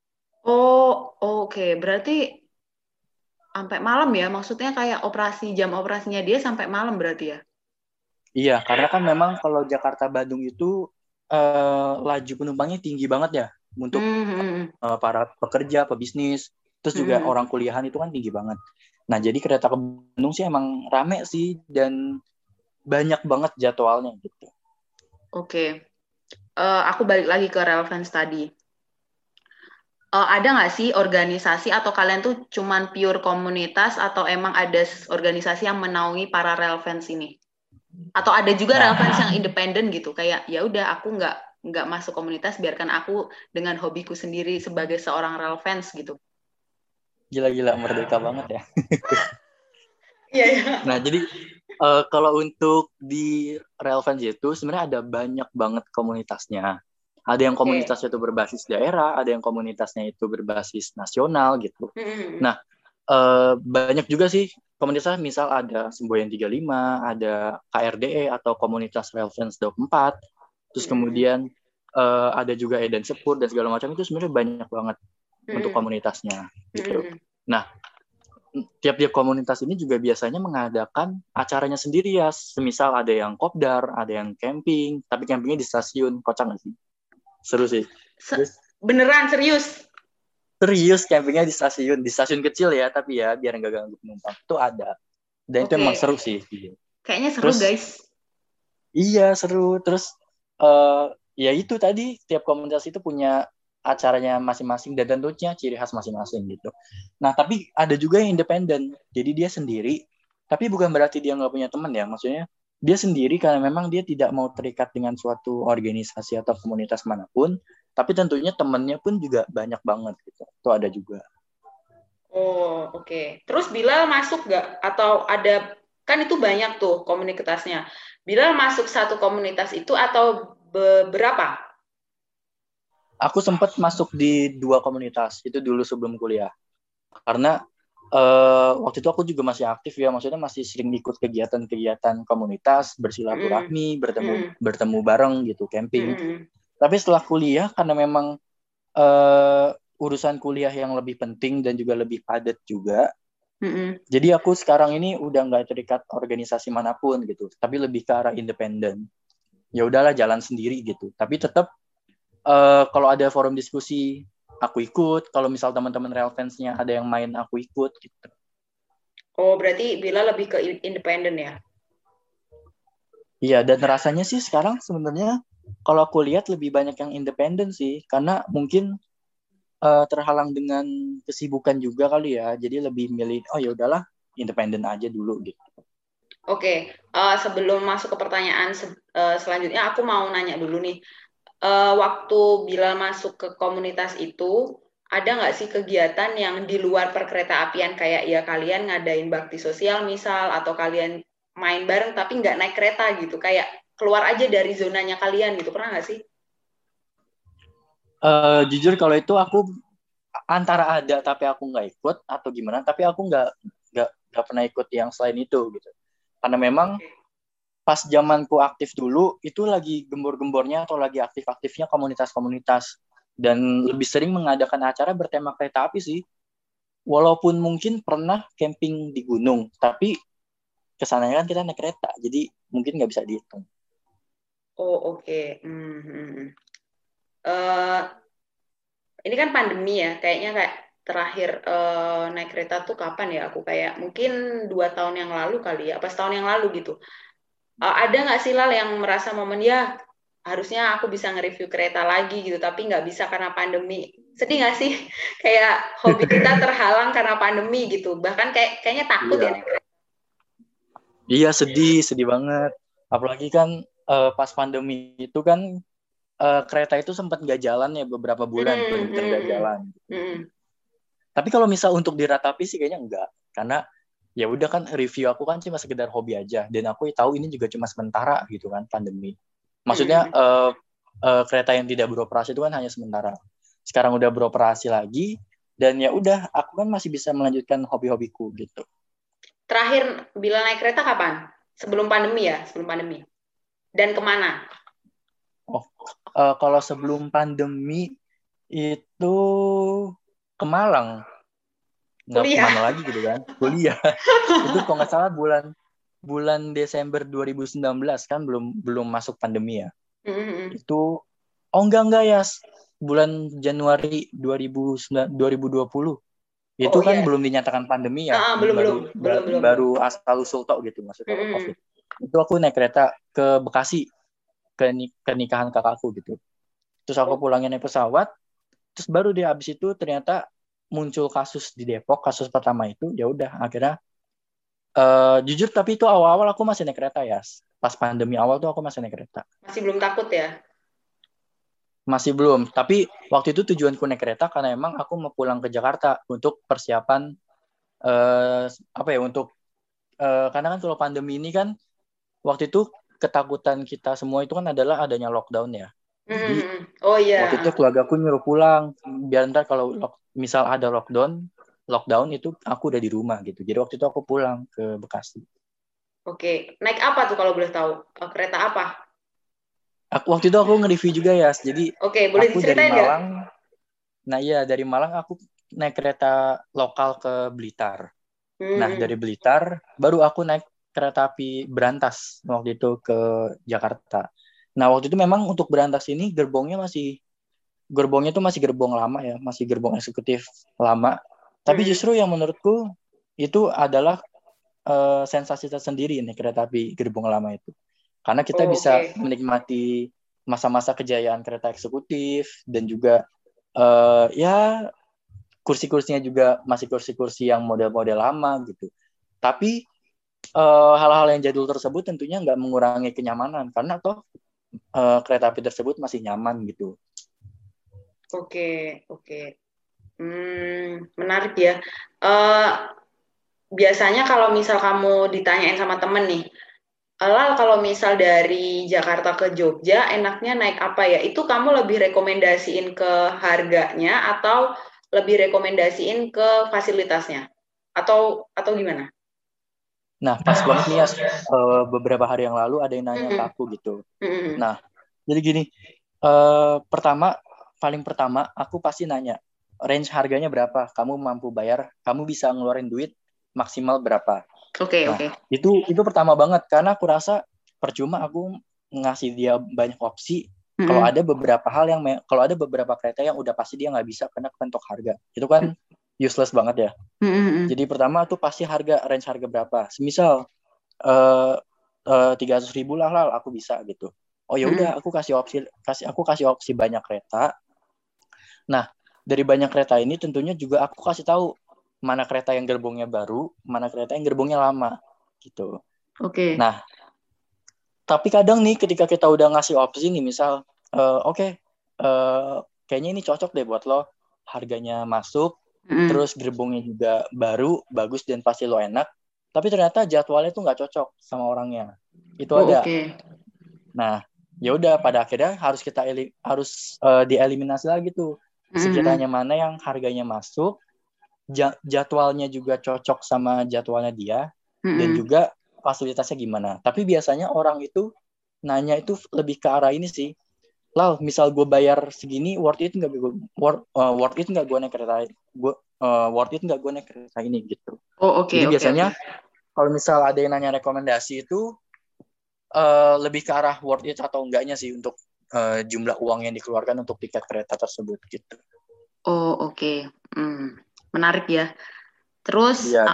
A: Oh, oke. Berarti sampai malam ya? Maksudnya kayak jam operasinya dia sampai malam berarti ya?
B: Iya, karena kan memang kalau Jakarta Bandung itu laju penumpangnya tinggi banget ya untuk para pekerja, pebisnis, terus juga orang kuliahan itu kan tinggi banget. Nah, jadi kereta ke Bandung sih emang rame sih dan banyak banget jadwalnya gitu.
A: Oke. Aku balik lagi ke relevance tadi. Ada nggak sih organisasi atau kalian tuh cuman pure komunitas atau emang ada organisasi yang menaungi para relevance ini? Atau ada juga
B: Nah,
A: relevance yang independen gitu, kayak ya udah aku nggak masuk komunitas, biarkan aku dengan hobiku sendiri sebagai seorang relevance gitu.
B: gila-gila merdeka banget ya.
A: Iya, iya.
B: Nah, jadi kalau untuk di relevansi itu sebenarnya ada banyak banget komunitasnya. Ada yang komunitasnya itu berbasis daerah, ada yang komunitasnya itu berbasis nasional gitu. Nah, banyak juga sih komunitas, misal ada Semboyan 35, ada KRDE atau Komunitas Relevance 24, terus kemudian ada juga Edan Sepur dan segala macam, itu sebenarnya banyak banget untuk komunitasnya gitu. Nah, tiap-tiap komunitas ini juga biasanya mengadakan acaranya sendiri ya. Semisal ada yang kopdar, ada yang camping, tapi campingnya di stasiun. Kocak nggak sih? Seru sih.
A: Beneran serius?
B: Serius campingnya di stasiun kecil ya, tapi ya biar nggak ganggu penumpang. Itu ada. Dan itu emang seru sih.
A: Kayaknya seru,
B: Terus,
A: guys.
B: iya seru. Terus ya itu tadi tiap komunitas itu punya acaranya masing-masing dan tentunya ciri khas masing-masing gitu. Nah, tapi ada juga yang independen. Jadi dia sendiri, tapi bukan berarti dia nggak punya teman ya. Maksudnya dia sendiri karena memang dia tidak mau terikat dengan suatu organisasi atau komunitas manapun, tapi tentunya temannya pun juga banyak banget gitu. Itu ada juga.
A: Oh, oke. Terus Bilal masuk nggak? Atau ada, kan itu banyak tuh komunitasnya. Bilal masuk satu komunitas itu atau beberapa?
B: aku sempat masuk di 2 komunitas itu dulu sebelum kuliah. Karena waktu itu aku juga masih aktif ya, maksudnya masih sering ikut kegiatan-kegiatan komunitas, bersilaturahmi, bertemu bareng gitu, camping. Tapi setelah kuliah, karena memang urusan kuliah yang lebih penting dan juga lebih padat juga, jadi aku sekarang ini udah nggak terikat organisasi manapun gitu, tapi lebih ke arah independen. Ya udahlah jalan sendiri gitu. Tapi tetap kalau ada forum diskusi aku ikut, kalau misal teman-teman relevansnya ada yang main aku ikut gitu.
A: Oh, berarti Bila lebih ke independen ya?
B: Iya, dan rasanya sih sekarang sebenarnya kalau aku lihat lebih banyak yang independen sih, karena mungkin terhalang dengan kesibukan juga kali ya, jadi lebih milih oh ya udahlah independen aja dulu gitu.
A: Oke, sebelum masuk ke pertanyaan selanjutnya, aku mau nanya dulu nih. Waktu Bila masuk ke komunitas itu, ada nggak sih kegiatan yang di luar perkereta apian kayak ya kalian ngadain bakti sosial misal, atau kalian main bareng tapi nggak naik kereta gitu, kayak keluar aja dari zonanya kalian gitu, pernah nggak sih?
B: Jujur kalau itu aku antara ada tapi aku nggak ikut atau gimana, tapi aku nggak pernah ikut yang selain itu gitu. Karena memang pas zamanku aktif dulu itu lagi gembor-gembornya atau lagi aktif-aktifnya komunitas-komunitas dan lebih sering mengadakan acara bertema kereta api sih. Walaupun mungkin pernah camping di gunung, tapi kesananya kan kita naik kereta, jadi mungkin nggak bisa dihitung.
A: Oh, oke. Eh, ini kan pandemi ya, kayaknya kayak terakhir naik kereta tuh kapan ya? Aku kayak mungkin 2 tahun yang lalu kali ya, apa setahun yang lalu gitu. Ada nggak sih Lal yang merasa momen ya harusnya aku bisa nge-review kereta lagi gitu, tapi nggak bisa karena pandemi. Sedih nggak sih? Kayak hobi kita terhalang karena pandemi gitu. Bahkan kayaknya takut ya.
B: Iya, iya sedih banget. Apalagi kan pas pandemi itu kan kereta itu sempat nggak jalan ya beberapa bulan, benar-benar nggak jalan. Tapi kalau misal untuk diratapi sih kayaknya enggak, karena ya udah kan review aku kan cuma sekedar hobi aja, dan aku tahu ini juga cuma sementara gitu kan pandemi. Maksudnya kereta yang tidak beroperasi itu kan hanya sementara. Sekarang udah beroperasi lagi, dan ya udah aku kan masih bisa melanjutkan hobi-hobiku gitu.
A: Terakhir bila naik kereta kapan? Sebelum pandemi ya, sebelum pandemi. Dan kemana?
B: Oh, kalau sebelum pandemi itu ke Malang, nggak
A: Kuliah.
B: kemana lagi gitu kan, kuliah. Itu kalau nggak salah bulan Desember 2019 kan belum masuk pandemi ya. Itu enggak ya, bulan Januari 2020. Itu
A: Oh
B: kan
A: iya.
B: belum dinyatakan pandemi ya,
A: Belum belum
B: baru
A: belum belum.
B: baru asal usul tok gitu maksudnya kalau COVID. Itu aku naik kereta ke Bekasi ke nikahan kakakku gitu. Terus aku pulangnya naik pesawat, terus baru dia habis itu ternyata muncul kasus di Depok, kasus pertama itu. Ya udah akhirnya jujur tapi itu awal-awal aku masih naik kereta ya. Pas pandemi awal tuh aku masih naik kereta.
A: Masih belum takut ya?
B: Masih belum, tapi waktu itu tujuanku naik kereta karena emang aku mau pulang ke Jakarta untuk persiapan apa ya untuk karena kan kalau pandemi ini kan waktu itu ketakutan kita semua itu kan adalah adanya lockdown ya. Jadi
A: Oh
B: waktu itu
A: iya.
B: keluarga aku nyuruh pulang biar ntar kalau misal ada lockdown itu aku udah di rumah gitu. Jadi waktu itu aku pulang ke Bekasi.
A: Oke, naik apa tuh kalau boleh tahu? Kereta apa?
B: Waktu itu aku nge-review juga ya. Jadi
A: Oke, boleh
B: aku dari
A: diceritain nggak?
B: Malang. Nah iya dari Malang aku naik kereta lokal ke Blitar. Nah dari Blitar baru aku naik kereta api berantas waktu itu ke Jakarta. Nah waktu itu memang untuk berantas ini gerbongnya tuh masih gerbong lama ya, masih gerbong eksekutif lama. Tapi justru yang menurutku itu adalah sensasi tersendiri nih kereta api gerbong lama itu. Karena kita
A: Oh,
B: bisa
A: oke.
B: menikmati masa-masa kejayaan kereta eksekutif dan juga ya kursi-kursinya juga masih kursi-kursi yang model-model lama gitu. Tapi hal-hal yang jadul tersebut tentunya nggak mengurangi kenyamanan karena toh kereta api tersebut masih nyaman gitu.
A: Oke, oke. Menarik ya. Eh, Biasanya kalau misal kamu ditanyain sama temen nih, Lal, kalau misal dari Jakarta ke Jogja, enaknya naik apa ya? Itu kamu lebih rekomendasiin ke harganya atau lebih rekomendasiin ke fasilitasnya? Atau gimana?
B: Nah, pas banget nih ya, beberapa hari yang lalu ada yang nanya ke aku gitu. Nah, jadi gini, paling pertama aku pasti nanya, range harganya berapa? Kamu mampu bayar? Kamu bisa ngeluarin duit maksimal berapa?
A: Oke.
B: Nah, itu pertama banget karena aku rasa percuma aku ngasih dia banyak opsi kalau ada beberapa kereta yang udah pasti dia nggak bisa karena kepentok harga. Itu kan useless banget ya. Jadi pertama tuh pasti range harga berapa. Semisal 300.000 lah aku bisa gitu. Oh ya udah aku kasih opsi banyak kereta. Nah, dari banyak kereta ini tentunya juga aku kasih tahu mana kereta yang gerbongnya baru, mana kereta yang gerbongnya lama gitu.
A: Oke.
B: Nah, tapi kadang nih ketika kita udah ngasih opsi nih, misal kayaknya ini cocok deh buat lo, harganya masuk, terus gerbongnya juga baru, bagus dan pasti lo enak. Tapi ternyata jadwalnya tuh nggak cocok sama orangnya. Itu ada.
A: Oke.
B: Nah, ya udah pada akhirnya harus dieliminasi lagi tuh. Sekiranya mana yang harganya masuk, jadwalnya juga cocok sama jadwalnya dia, dan juga fasilitasnya gimana. Tapi biasanya orang itu nanya itu lebih ke arah ini sih. Lah, misal gue bayar segini, worth it nggak gue naik kereta? Worth it nggak gue naik kereta ini gitu.
A: Oh, oke.
B: Jadi biasanya kalau misal ada yang nanya rekomendasi itu lebih ke arah worth it atau enggaknya sih untuk jumlah uang yang dikeluarkan untuk tiket kereta tersebut gitu.
A: Oh, oke. Menarik ya. Terus
B: Iya,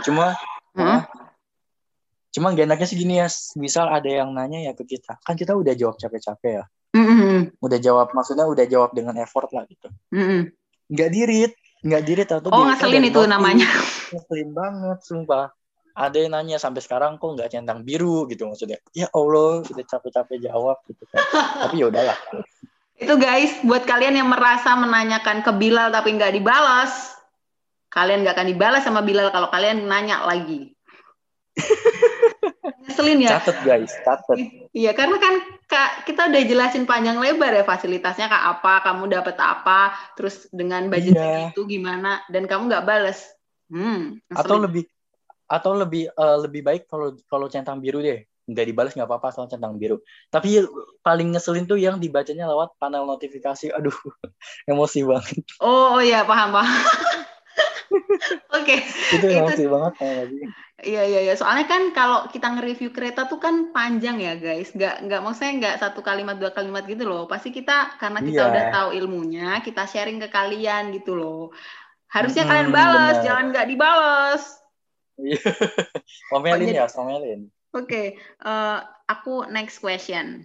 B: cuma gak enaknya sih gini ya, misal ada yang nanya ya ke kita, kan kita udah jawab capek-capek ya, maksudnya udah jawab dengan effort lah gitu. Nggak dirit atau diritnya
A: ngeselin
B: dari
A: itu
B: notif.
A: namanya.
B: Ngeselin banget, sumpah. Ada yang nanya sampai sekarang kok nggak centang biru gitu maksudnya. Ya Allah, udah capek-capek jawab gitu kan. Tapi ya udahlah.
A: Itu guys, buat kalian yang merasa menanyakan ke Bilal tapi nggak dibalas, kalian nggak akan dibalas sama Bilal kalau kalian nanya lagi. Ngeselin ya.
B: Catet guys, catet.
A: Iya, karena kan kita udah jelasin panjang lebar ya fasilitasnya kak apa, kamu dapat apa, terus dengan budget segitu gimana, dan kamu nggak bales.
B: Atau lebih baik kalau centang biru deh, nggak dibalas nggak apa-apa soal centang biru. Tapi paling ngeselin tuh yang dibacanya lewat panel notifikasi. Aduh, emosi banget.
A: Oh ya, paham. Oke.
B: Itu emosi banget lagi.
A: Iya. Soalnya kan kalau kita nge-review kereta tuh kan panjang ya guys. Nggak maksudnya nggak satu kalimat dua kalimat gitu loh. Pasti karena kita udah tahu ilmunya, kita sharing ke kalian gitu loh. Harusnya kalian balas, jangan nggak dibales.
B: Omelin.
A: Oke. Aku next question.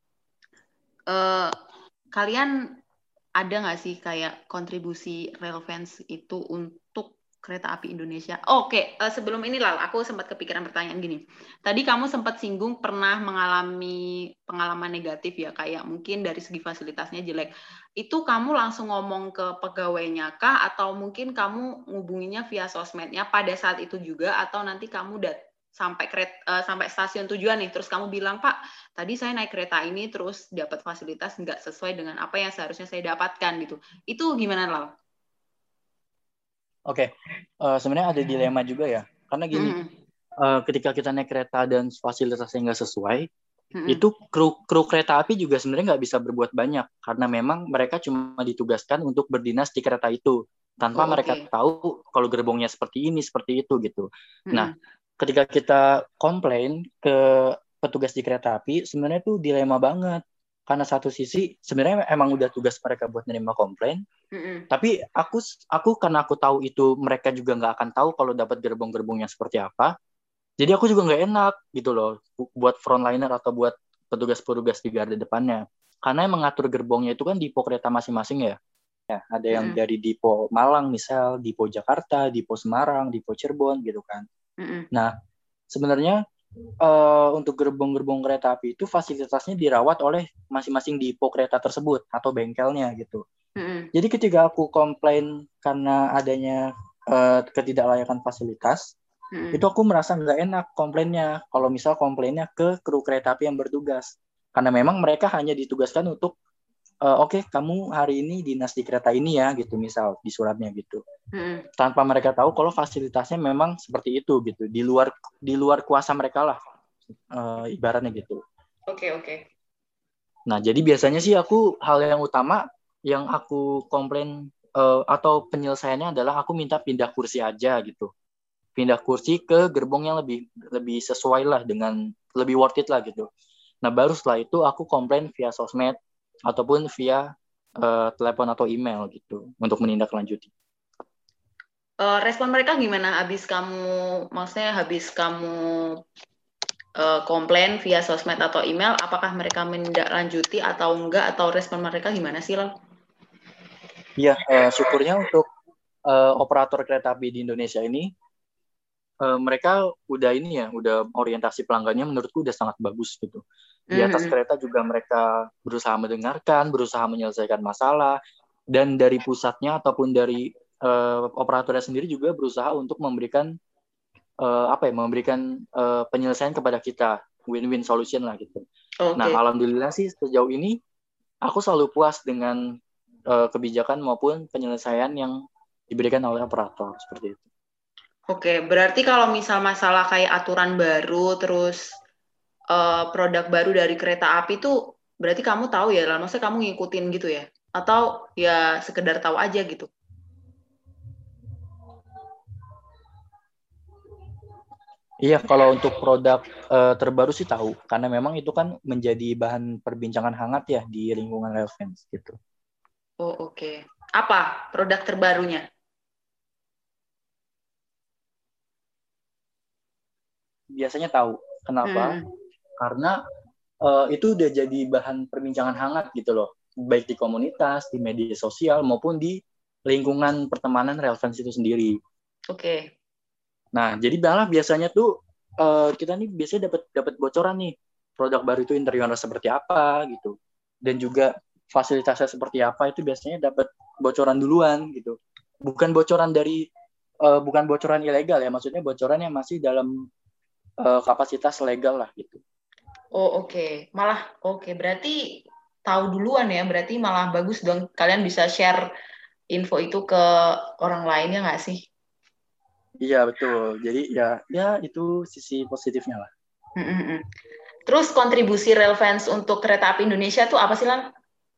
A: Kalian ada nggak sih kayak kontribusi relevansi itu untuk kereta api Indonesia? Oke. Sebelum ini Lal, aku sempat kepikiran pertanyaan gini. Tadi kamu sempat singgung pernah mengalami pengalaman negatif ya, kayak mungkin dari segi fasilitasnya jelek. Itu kamu langsung ngomong ke pegawainya kah, atau mungkin kamu ngubunginya via sosmednya pada saat itu juga, atau nanti kamu sampai stasiun tujuan nih, terus kamu bilang, Pak, tadi saya naik kereta ini terus dapat fasilitas nggak sesuai dengan apa yang seharusnya saya dapatkan gitu. Itu gimana, Lal?
B: Oke. Sebenarnya ada dilema juga ya. Karena gini, ketika kita naik kereta dan fasilitasnya nggak sesuai, itu kru kereta api juga sebenarnya nggak bisa berbuat banyak. Karena memang mereka cuma ditugaskan untuk berdinas di kereta itu. Tanpa mereka tahu kalau gerbongnya seperti ini, seperti itu gitu. Nah, ketika kita komplain ke petugas di kereta api, sebenarnya tuh dilema banget. Karena satu sisi sebenarnya emang udah tugas mereka buat nerima komplain, tapi karena aku tahu itu mereka juga nggak akan tahu kalau dapat gerbong-gerbongnya seperti apa. Jadi aku juga nggak enak gitu loh buat frontliner atau buat petugas-petugas di garda depannya. Karena yang mengatur gerbongnya itu kan dipo kereta masing-masing ya. Ya, ada yang dari Dipo Malang misal, Dipo Jakarta, Dipo Semarang, Dipo Cirebon gitu kan. Nah, sebenarnya untuk gerbong-gerbong kereta api itu fasilitasnya dirawat oleh masing-masing Dipo kereta tersebut atau bengkelnya gitu. Jadi ketika aku komplain karena adanya ketidaklayakan fasilitas, Itu aku merasa nggak enak komplainnya. Kalau misal komplainnya ke kru kereta api yang bertugas. Karena memang mereka hanya ditugaskan untuk oke, kamu hari ini dinas di kereta ini ya, gitu misal di suratnya gitu. Tanpa mereka tahu kalau fasilitasnya memang seperti itu gitu, di luar kuasa mereka lah, ibaratnya gitu.
A: Oke.
B: Nah, jadi biasanya sih hal yang utama yang aku komplain atau penyelesaiannya adalah aku minta pindah kursi aja gitu. Pindah kursi ke gerbong yang lebih sesuai lah dengan lebih worth it lah gitu. Nah, baru setelah itu aku komplain via sosmed ataupun via telepon atau email gitu untuk menindaklanjuti.
A: Respon mereka gimana habis kamu komplain via sosmed atau email, apakah mereka menindaklanjuti atau enggak, atau respon mereka gimana sih, Lal?
B: Iya, syukurnya untuk operator kereta api di Indonesia ini, mereka udah orientasi pelanggannya menurutku udah sangat bagus gitu. Di atas kereta juga mereka berusaha mendengarkan, berusaha menyelesaikan masalah, dan dari pusatnya ataupun dari operatornya sendiri juga berusaha untuk memberikan penyelesaian kepada kita, win-win solution lah gitu.
A: Okay.
B: Nah, alhamdulillah sih sejauh ini aku selalu puas dengan kebijakan maupun penyelesaian yang diberikan oleh operator seperti itu.
A: Oke, berarti kalau misal masalah kayak aturan baru, terus produk baru dari kereta api itu, berarti kamu tahu ya, lah, maksudnya kamu ngikutin gitu ya? Atau ya sekedar tahu aja gitu?
B: Iya, kalau untuk produk terbaru sih tahu, karena memang itu kan menjadi bahan perbincangan hangat ya di lingkungan Railfans gitu.
A: Oh, oke. Apa produk terbarunya?
B: Biasanya tahu. Kenapa? Karena itu udah jadi bahan perbincangan hangat gitu loh, baik di komunitas, di media sosial, maupun di lingkungan pertemanan Railfans itu sendiri.
A: Oke.
B: Nah, jadi malah biasanya tuh kita nih biasanya dapat bocoran nih, produk baru itu interiornya seperti apa gitu, dan juga fasilitasnya seperti apa, itu biasanya dapat bocoran duluan gitu. Bukan bocoran ilegal ya, maksudnya bocoran yang masih dalam kapasitas legal lah gitu.
A: Oh, oke. Malah berarti tahu duluan ya, berarti malah bagus dong kalian bisa share info itu ke orang lain, ya nggak sih?
B: Iya, betul. Jadi ya itu sisi positifnya lah.
A: Terus kontribusi Railfans untuk kereta api Indonesia tuh apa sih, Lan?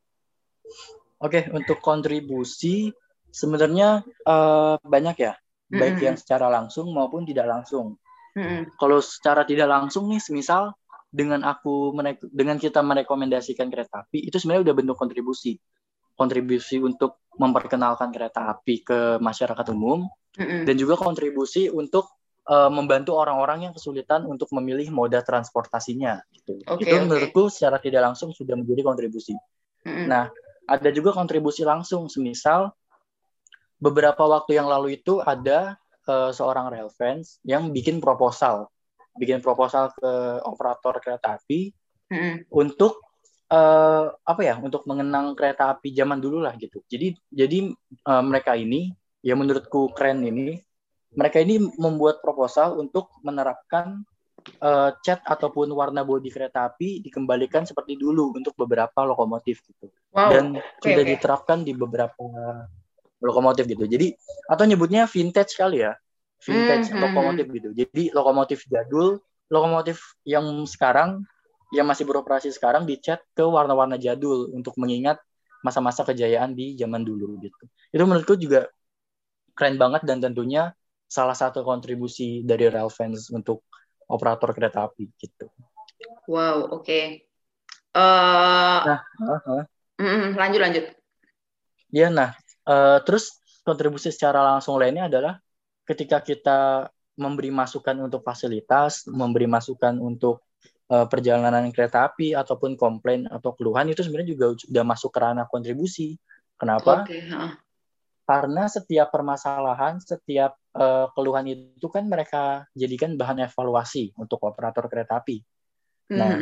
B: Oke, untuk kontribusi sebenarnya banyak ya, baik yang secara langsung maupun tidak langsung. Kalau secara tidak langsung nih, semisal dengan kita merekomendasikan kereta api, itu sebenarnya udah bentuk kontribusi untuk memperkenalkan kereta api ke masyarakat umum, dan juga kontribusi untuk membantu orang-orang yang kesulitan untuk memilih moda transportasinya. Gitu. Itu menurutku secara tidak langsung sudah menjadi kontribusi. Nah, ada juga kontribusi langsung, semisal beberapa waktu yang lalu itu ada seorang Railfans yang bikin proposal ke operator kereta api untuk untuk mengenang kereta api zaman dulu lah gitu. Jadi mereka ini, ya menurutku keren ini, mereka ini membuat proposal untuk menerapkan cat ataupun warna bodi kereta api dikembalikan seperti dulu untuk beberapa lokomotif gitu.
A: Wow.
B: Dan sudah diterapkan di beberapa lokomotif gitu. Jadi atau nyebutnya vintage kali ya. Vintage lokomotif gitu. Jadi lokomotif jadul, lokomotif yang sekarang yang masih beroperasi sekarang dicat ke warna-warna jadul untuk mengingat masa-masa kejayaan di zaman dulu gitu. Itu menurutku juga keren banget dan tentunya salah satu kontribusi dari Railfans untuk operator kereta api gitu.
A: Wow, oke. Lanjut.
B: Ya, terus kontribusi secara langsung lainnya adalah ketika kita memberi masukan untuk fasilitas, memberi masukan untuk perjalanan kereta api ataupun komplain atau keluhan, itu sebenarnya juga sudah masuk ke ranah kontribusi. Kenapa? Karena setiap permasalahan, setiap keluhan itu kan mereka jadikan bahan evaluasi untuk operator kereta api. Nah,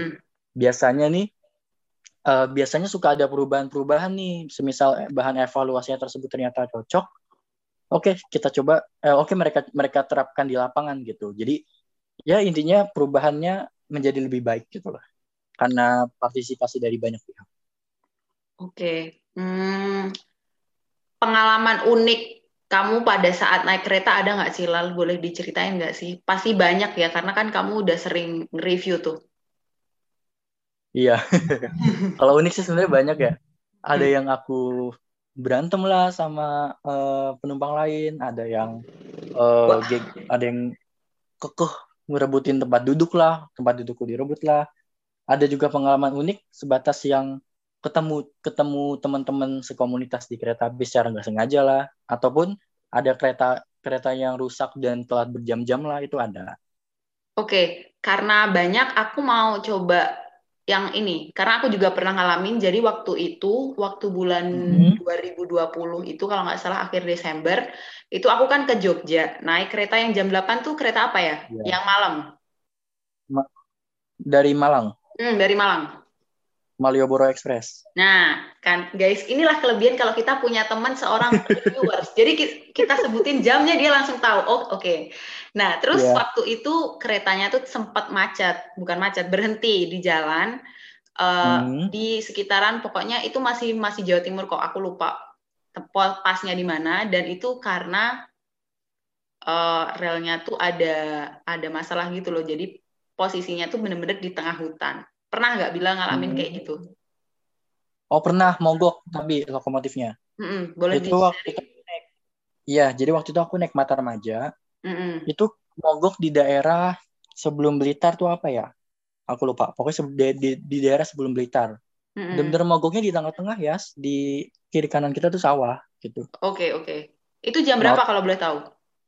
B: biasanya suka ada perubahan-perubahan nih, semisal bahan evaluasinya tersebut ternyata cocok, kita coba, mereka terapkan di lapangan gitu. Jadi ya intinya perubahannya menjadi lebih baik gitu lah, karena partisipasi dari banyak pihak.
A: Oke. Pengalaman unik kamu pada saat naik kereta ada nggak sih, Lal? Boleh diceritain nggak sih? Pasti banyak ya, karena kan kamu udah sering review tuh.
B: Iya, kalau unik sih sebenarnya banyak ya. Ada
A: Hmm.
B: yang aku berantem lah sama penumpang lain,
A: Wah,
B: ada yang kekeh merebutin tempat duduk lah, tempat dudukku direbut lah. Ada juga pengalaman unik sebatas yang ketemu ketemu teman-teman sekomunitas di kereta api secara nggak sengaja lah, ataupun ada kereta kereta yang rusak dan telat berjam-jam lah, itu ada.
A: oke, karena banyak aku mau coba yang ini. Karena aku juga pernah ngalamin, jadi waktu itu, waktu bulan
B: Mhm.
A: 2020 itu kalau nggak salah akhir Desember, itu aku kan ke Jogja. Naik kereta yang jam 8 tuh kereta apa ya?
B: Ya.
A: Yang malam.
B: Dari Malang,
A: Dari Malang.
B: Malioboro Express.
A: Nah, kan guys, inilah kelebihan kalau kita punya teman seorang reviewers. Jadi kita sebutin jamnya dia langsung tahu. Oh, oke. Nah, terus
B: Iya.
A: waktu itu keretanya tuh sempat macet, bukan macet, berhenti di jalan
B: Mhm.
A: di sekitaran pokoknya itu masih masih Jawa Timur kok. Aku lupa pasnya di mana dan itu karena relnya tuh ada masalah gitu loh. Jadi posisinya tuh bener-bener di tengah hutan. Pernah nggak bilang ngalamin kayak
B: Mhm.
A: gitu?
B: Oh, pernah mogok tapi lokomotifnya.
A: Boleh
B: Itu waktu itu,
A: di-sharing.
B: iya, jadi waktu itu aku naik Matarmaja,
A: Mm-mm.
B: itu mogok di daerah sebelum Blitar tuh apa ya? Aku lupa. Pokoknya di daerah sebelum Blitar.
A: Mm-mm.
B: Bener-bener mogoknya di tengah-tengah ya, di kiri kanan kita tuh sawah gitu.
A: Oke, oke. Itu jam berapa
B: Nah,
A: kalau boleh tahu?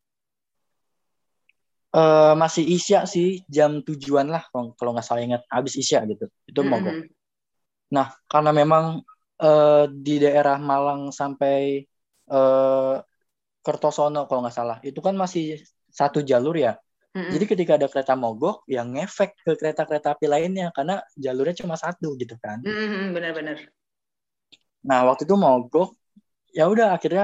B: masih Isya sih, jam tujuan lah kalau nggak salah ingat, habis Isya gitu. Itu mogok.
A: Mm-mm.
B: Nah, karena memang di daerah Malang sampai eh, Kertosono kalau nggak salah, itu kan masih satu jalur ya. Jadi
A: Mm-mm.
B: ketika ada kereta mogok, yang ngefek ke kereta-kereta api lainnya karena jalurnya cuma satu gitu kan.
A: Mm-mm, benar-benar.
B: Nah, waktu itu mogok, ya udah akhirnya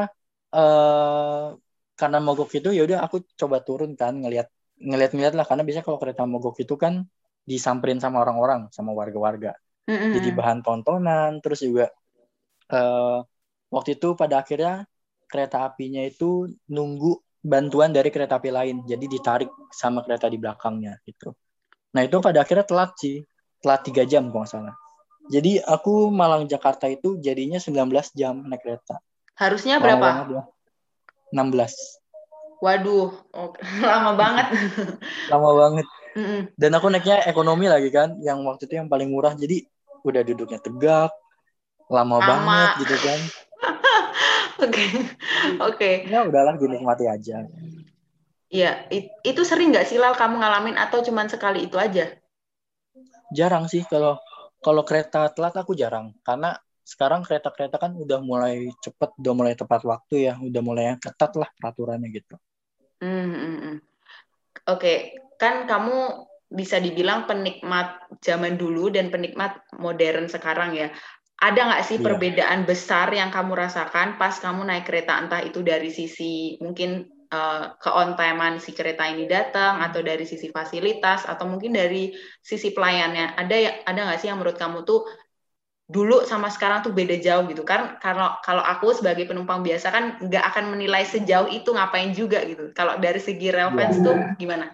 B: eh karena mogok itu ya udah aku coba turun kan, ngeliat lah, karena biasanya kalau kereta mogok itu kan disamperin sama orang-orang, sama warga-warga. Jadi
A: Mm-mm.
B: bahan tontonan, terus juga eh, waktu itu pada akhirnya kereta apinya itu nunggu bantuan dari kereta api lain, jadi ditarik sama kereta di belakangnya gitu. Nah itu pada akhirnya telat sih, telat 3 jam kalau nggak salah. Jadi aku Malang Jakarta itu jadinya 19 jam naik kereta.
A: Harusnya
B: Lama
A: berapa?
B: banget ya, 16.
A: Waduh, oke. Lama banget.
B: Lama banget.
A: Mm-mm.
B: Dan aku naiknya ekonomi lagi kan, yang waktu itu yang paling murah, jadi udah duduknya tegak, lama banget
A: Lama.
B: gitu kan.
A: Oke.
B: Tapi
A: Oke.
B: ya udahlah, dinikmati aja.
A: Iya, itu sering nggak sih Lal kamu ngalamin atau cuman sekali itu aja?
B: Jarang sih kalau kalau kereta telat, aku jarang, karena sekarang kereta-kereta kan udah mulai cepet, udah mulai tepat waktu ya, udah mulai ketat lah peraturannya gitu.
A: Hmm. Oke, kan kamu bisa dibilang penikmat zaman dulu dan penikmat modern sekarang ya. Ada nggak sih
B: Iya.
A: perbedaan besar yang kamu rasakan pas kamu naik kereta, entah itu dari sisi mungkin ke on time-an si kereta ini datang, atau dari sisi fasilitas, atau mungkin dari sisi pelayannya. Ada nggak sih yang menurut kamu tuh dulu sama sekarang tuh beda jauh gitu kan? Kalau kalau aku sebagai penumpang biasa kan nggak akan menilai sejauh itu, ngapain juga gitu. Kalau dari segi relevance
B: Iya.
A: tuh gimana?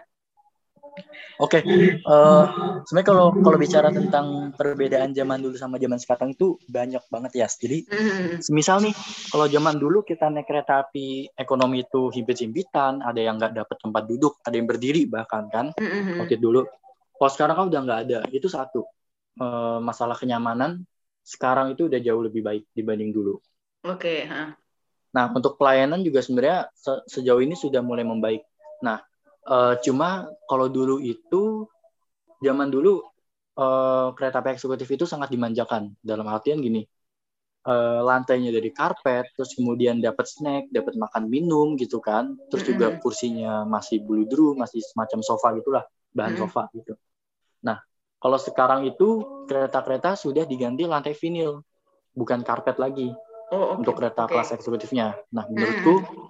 B: Oke, sebenarnya kalau kalau bicara tentang perbedaan zaman dulu sama zaman sekarang itu banyak banget ya. Jadi,
A: Mhm.
B: semisal nih, kalau zaman dulu kita naik kereta api ekonomi itu himpit-himpitan, ada yang nggak dapat tempat duduk, ada yang berdiri bahkan kan, waktu
A: Mhm.
B: itu dulu. Kalau sekarang kan udah nggak ada. Itu satu. Masalah kenyamanan sekarang itu udah jauh lebih baik dibanding dulu.
A: Oke, ha.
B: Nah, untuk pelayanan juga sebenarnya sejauh ini sudah mulai membaik. Nah, cuma kalau dulu itu, zaman dulu kereta api eksekutif itu sangat dimanjakan. Dalam artian gini, lantainya dari karpet, terus kemudian dapat snack, dapat makan minum gitu kan. Terus juga
A: Mhm.
B: kursinya masih bludru, masih semacam sofa gitulah, bahan
A: Mhm.
B: sofa gitu. Nah, kalau sekarang itu kereta-kereta sudah diganti lantai vinil, bukan karpet lagi
A: Oh, oke,
B: untuk kereta
A: oke.
B: kelas eksekutifnya. Nah, menurutku
A: Mhm.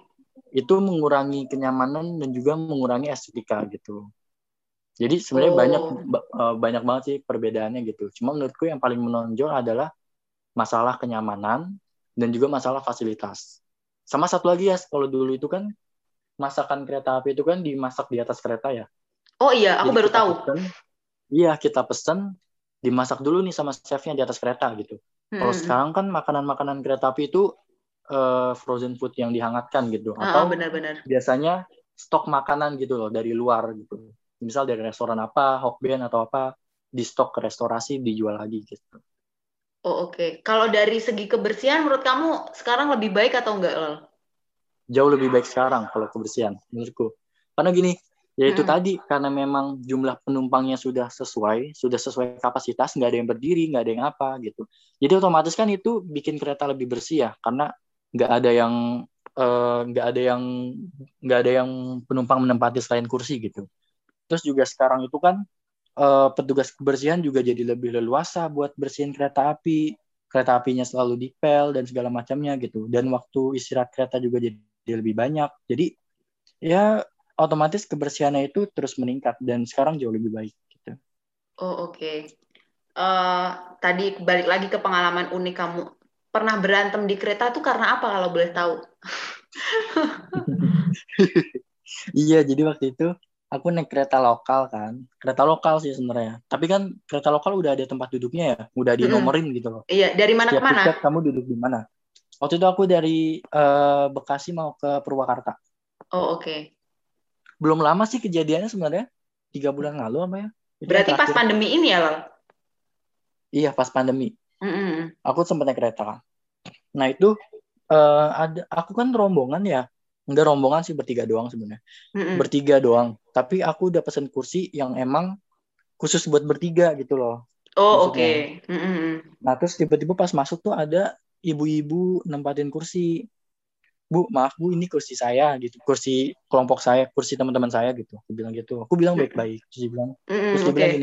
B: itu mengurangi kenyamanan dan juga mengurangi estetika gitu. Jadi sebenarnya
A: Oh.
B: banyak banget sih perbedaannya gitu. Cuma menurutku yang paling menonjol adalah masalah kenyamanan dan juga masalah fasilitas. Sama satu lagi ya, kalau dulu itu kan masakan kereta api itu kan dimasak di atas kereta ya.
A: Oh iya, aku
B: Jadi
A: baru tahu.
B: kita pesen dimasak dulu nih sama chefnya di atas kereta gitu. Kalau
A: Hmm.
B: sekarang kan makanan-makanan kereta api itu frozen food yang dihangatkan gitu, atau
A: Benar-benar.
B: biasanya stok makanan gitu loh dari luar gitu. Misal dari restoran apa, Hokben atau apa, di stok ke restorasi dijual lagi gitu.
A: Oh oke. Kalau dari segi kebersihan, menurut kamu sekarang lebih baik atau enggak, Lol?
B: Jauh lebih baik sekarang kalau kebersihan menurutku. Karena gini, yaitu
A: Hmm.
B: tadi karena memang jumlah penumpangnya sudah sesuai kapasitas, nggak ada yang berdiri, nggak ada yang apa gitu. Jadi otomatis kan itu bikin kereta lebih bersih ya, karena nggak ada yang eh, nggak ada yang nggak ada yang penumpang menempati selain kursi gitu. Terus juga sekarang itu kan petugas kebersihan juga jadi lebih leluasa buat bersihin kereta apinya selalu dipel dan segala macamnya gitu. Dan waktu istirahat kereta juga jadi lebih banyak. Jadi ya otomatis kebersihannya itu terus meningkat dan sekarang jauh lebih baik gitu.
A: Oh oke. Eh, Tadi balik lagi ke pengalaman unik kamu. Pernah berantem di kereta tuh karena apa kalau boleh tahu?
B: Iya, jadi waktu itu aku naik kereta lokal kan. Kereta lokal sih sebenarnya. Tapi kan kereta lokal udah ada tempat duduknya ya, udah
A: Mm-mm.
B: dinomorin gitu loh.
A: Iya, dari mana ke
B: Setiap
A: mana?
B: tiket kamu duduk di mana. Waktu itu aku dari Bekasi mau ke Purwakarta.
A: Oh oke.
B: Belum lama sih kejadiannya sebenarnya, 3 bulan lalu apa ya? Itu yang
A: Berarti pas
B: terakhir.
A: pandemi ini ya, Lol?
B: Iya, pas pandemi.
A: Mm-mm.
B: Aku sempat naik kereta kan. Nah itu aku kan rombongan ya. Enggak rombongan sih, bertiga doang sebenarnya.
A: Mm-mm.
B: Bertiga doang. Tapi aku udah pesen kursi yang emang khusus buat bertiga gitu loh.
A: Oh
B: Maksudnya.
A: oke. Mm-mm.
B: Nah terus tiba-tiba pas masuk tuh ada ibu-ibu nempatin kursi. Bu, maaf Bu, ini kursi saya gitu. Kursi kelompok saya, kursi teman-teman saya gitu. Aku bilang gitu. Aku bilang
A: Mm-mm.
B: baik-baik. Terus
A: Mm-mm.
B: dia bilang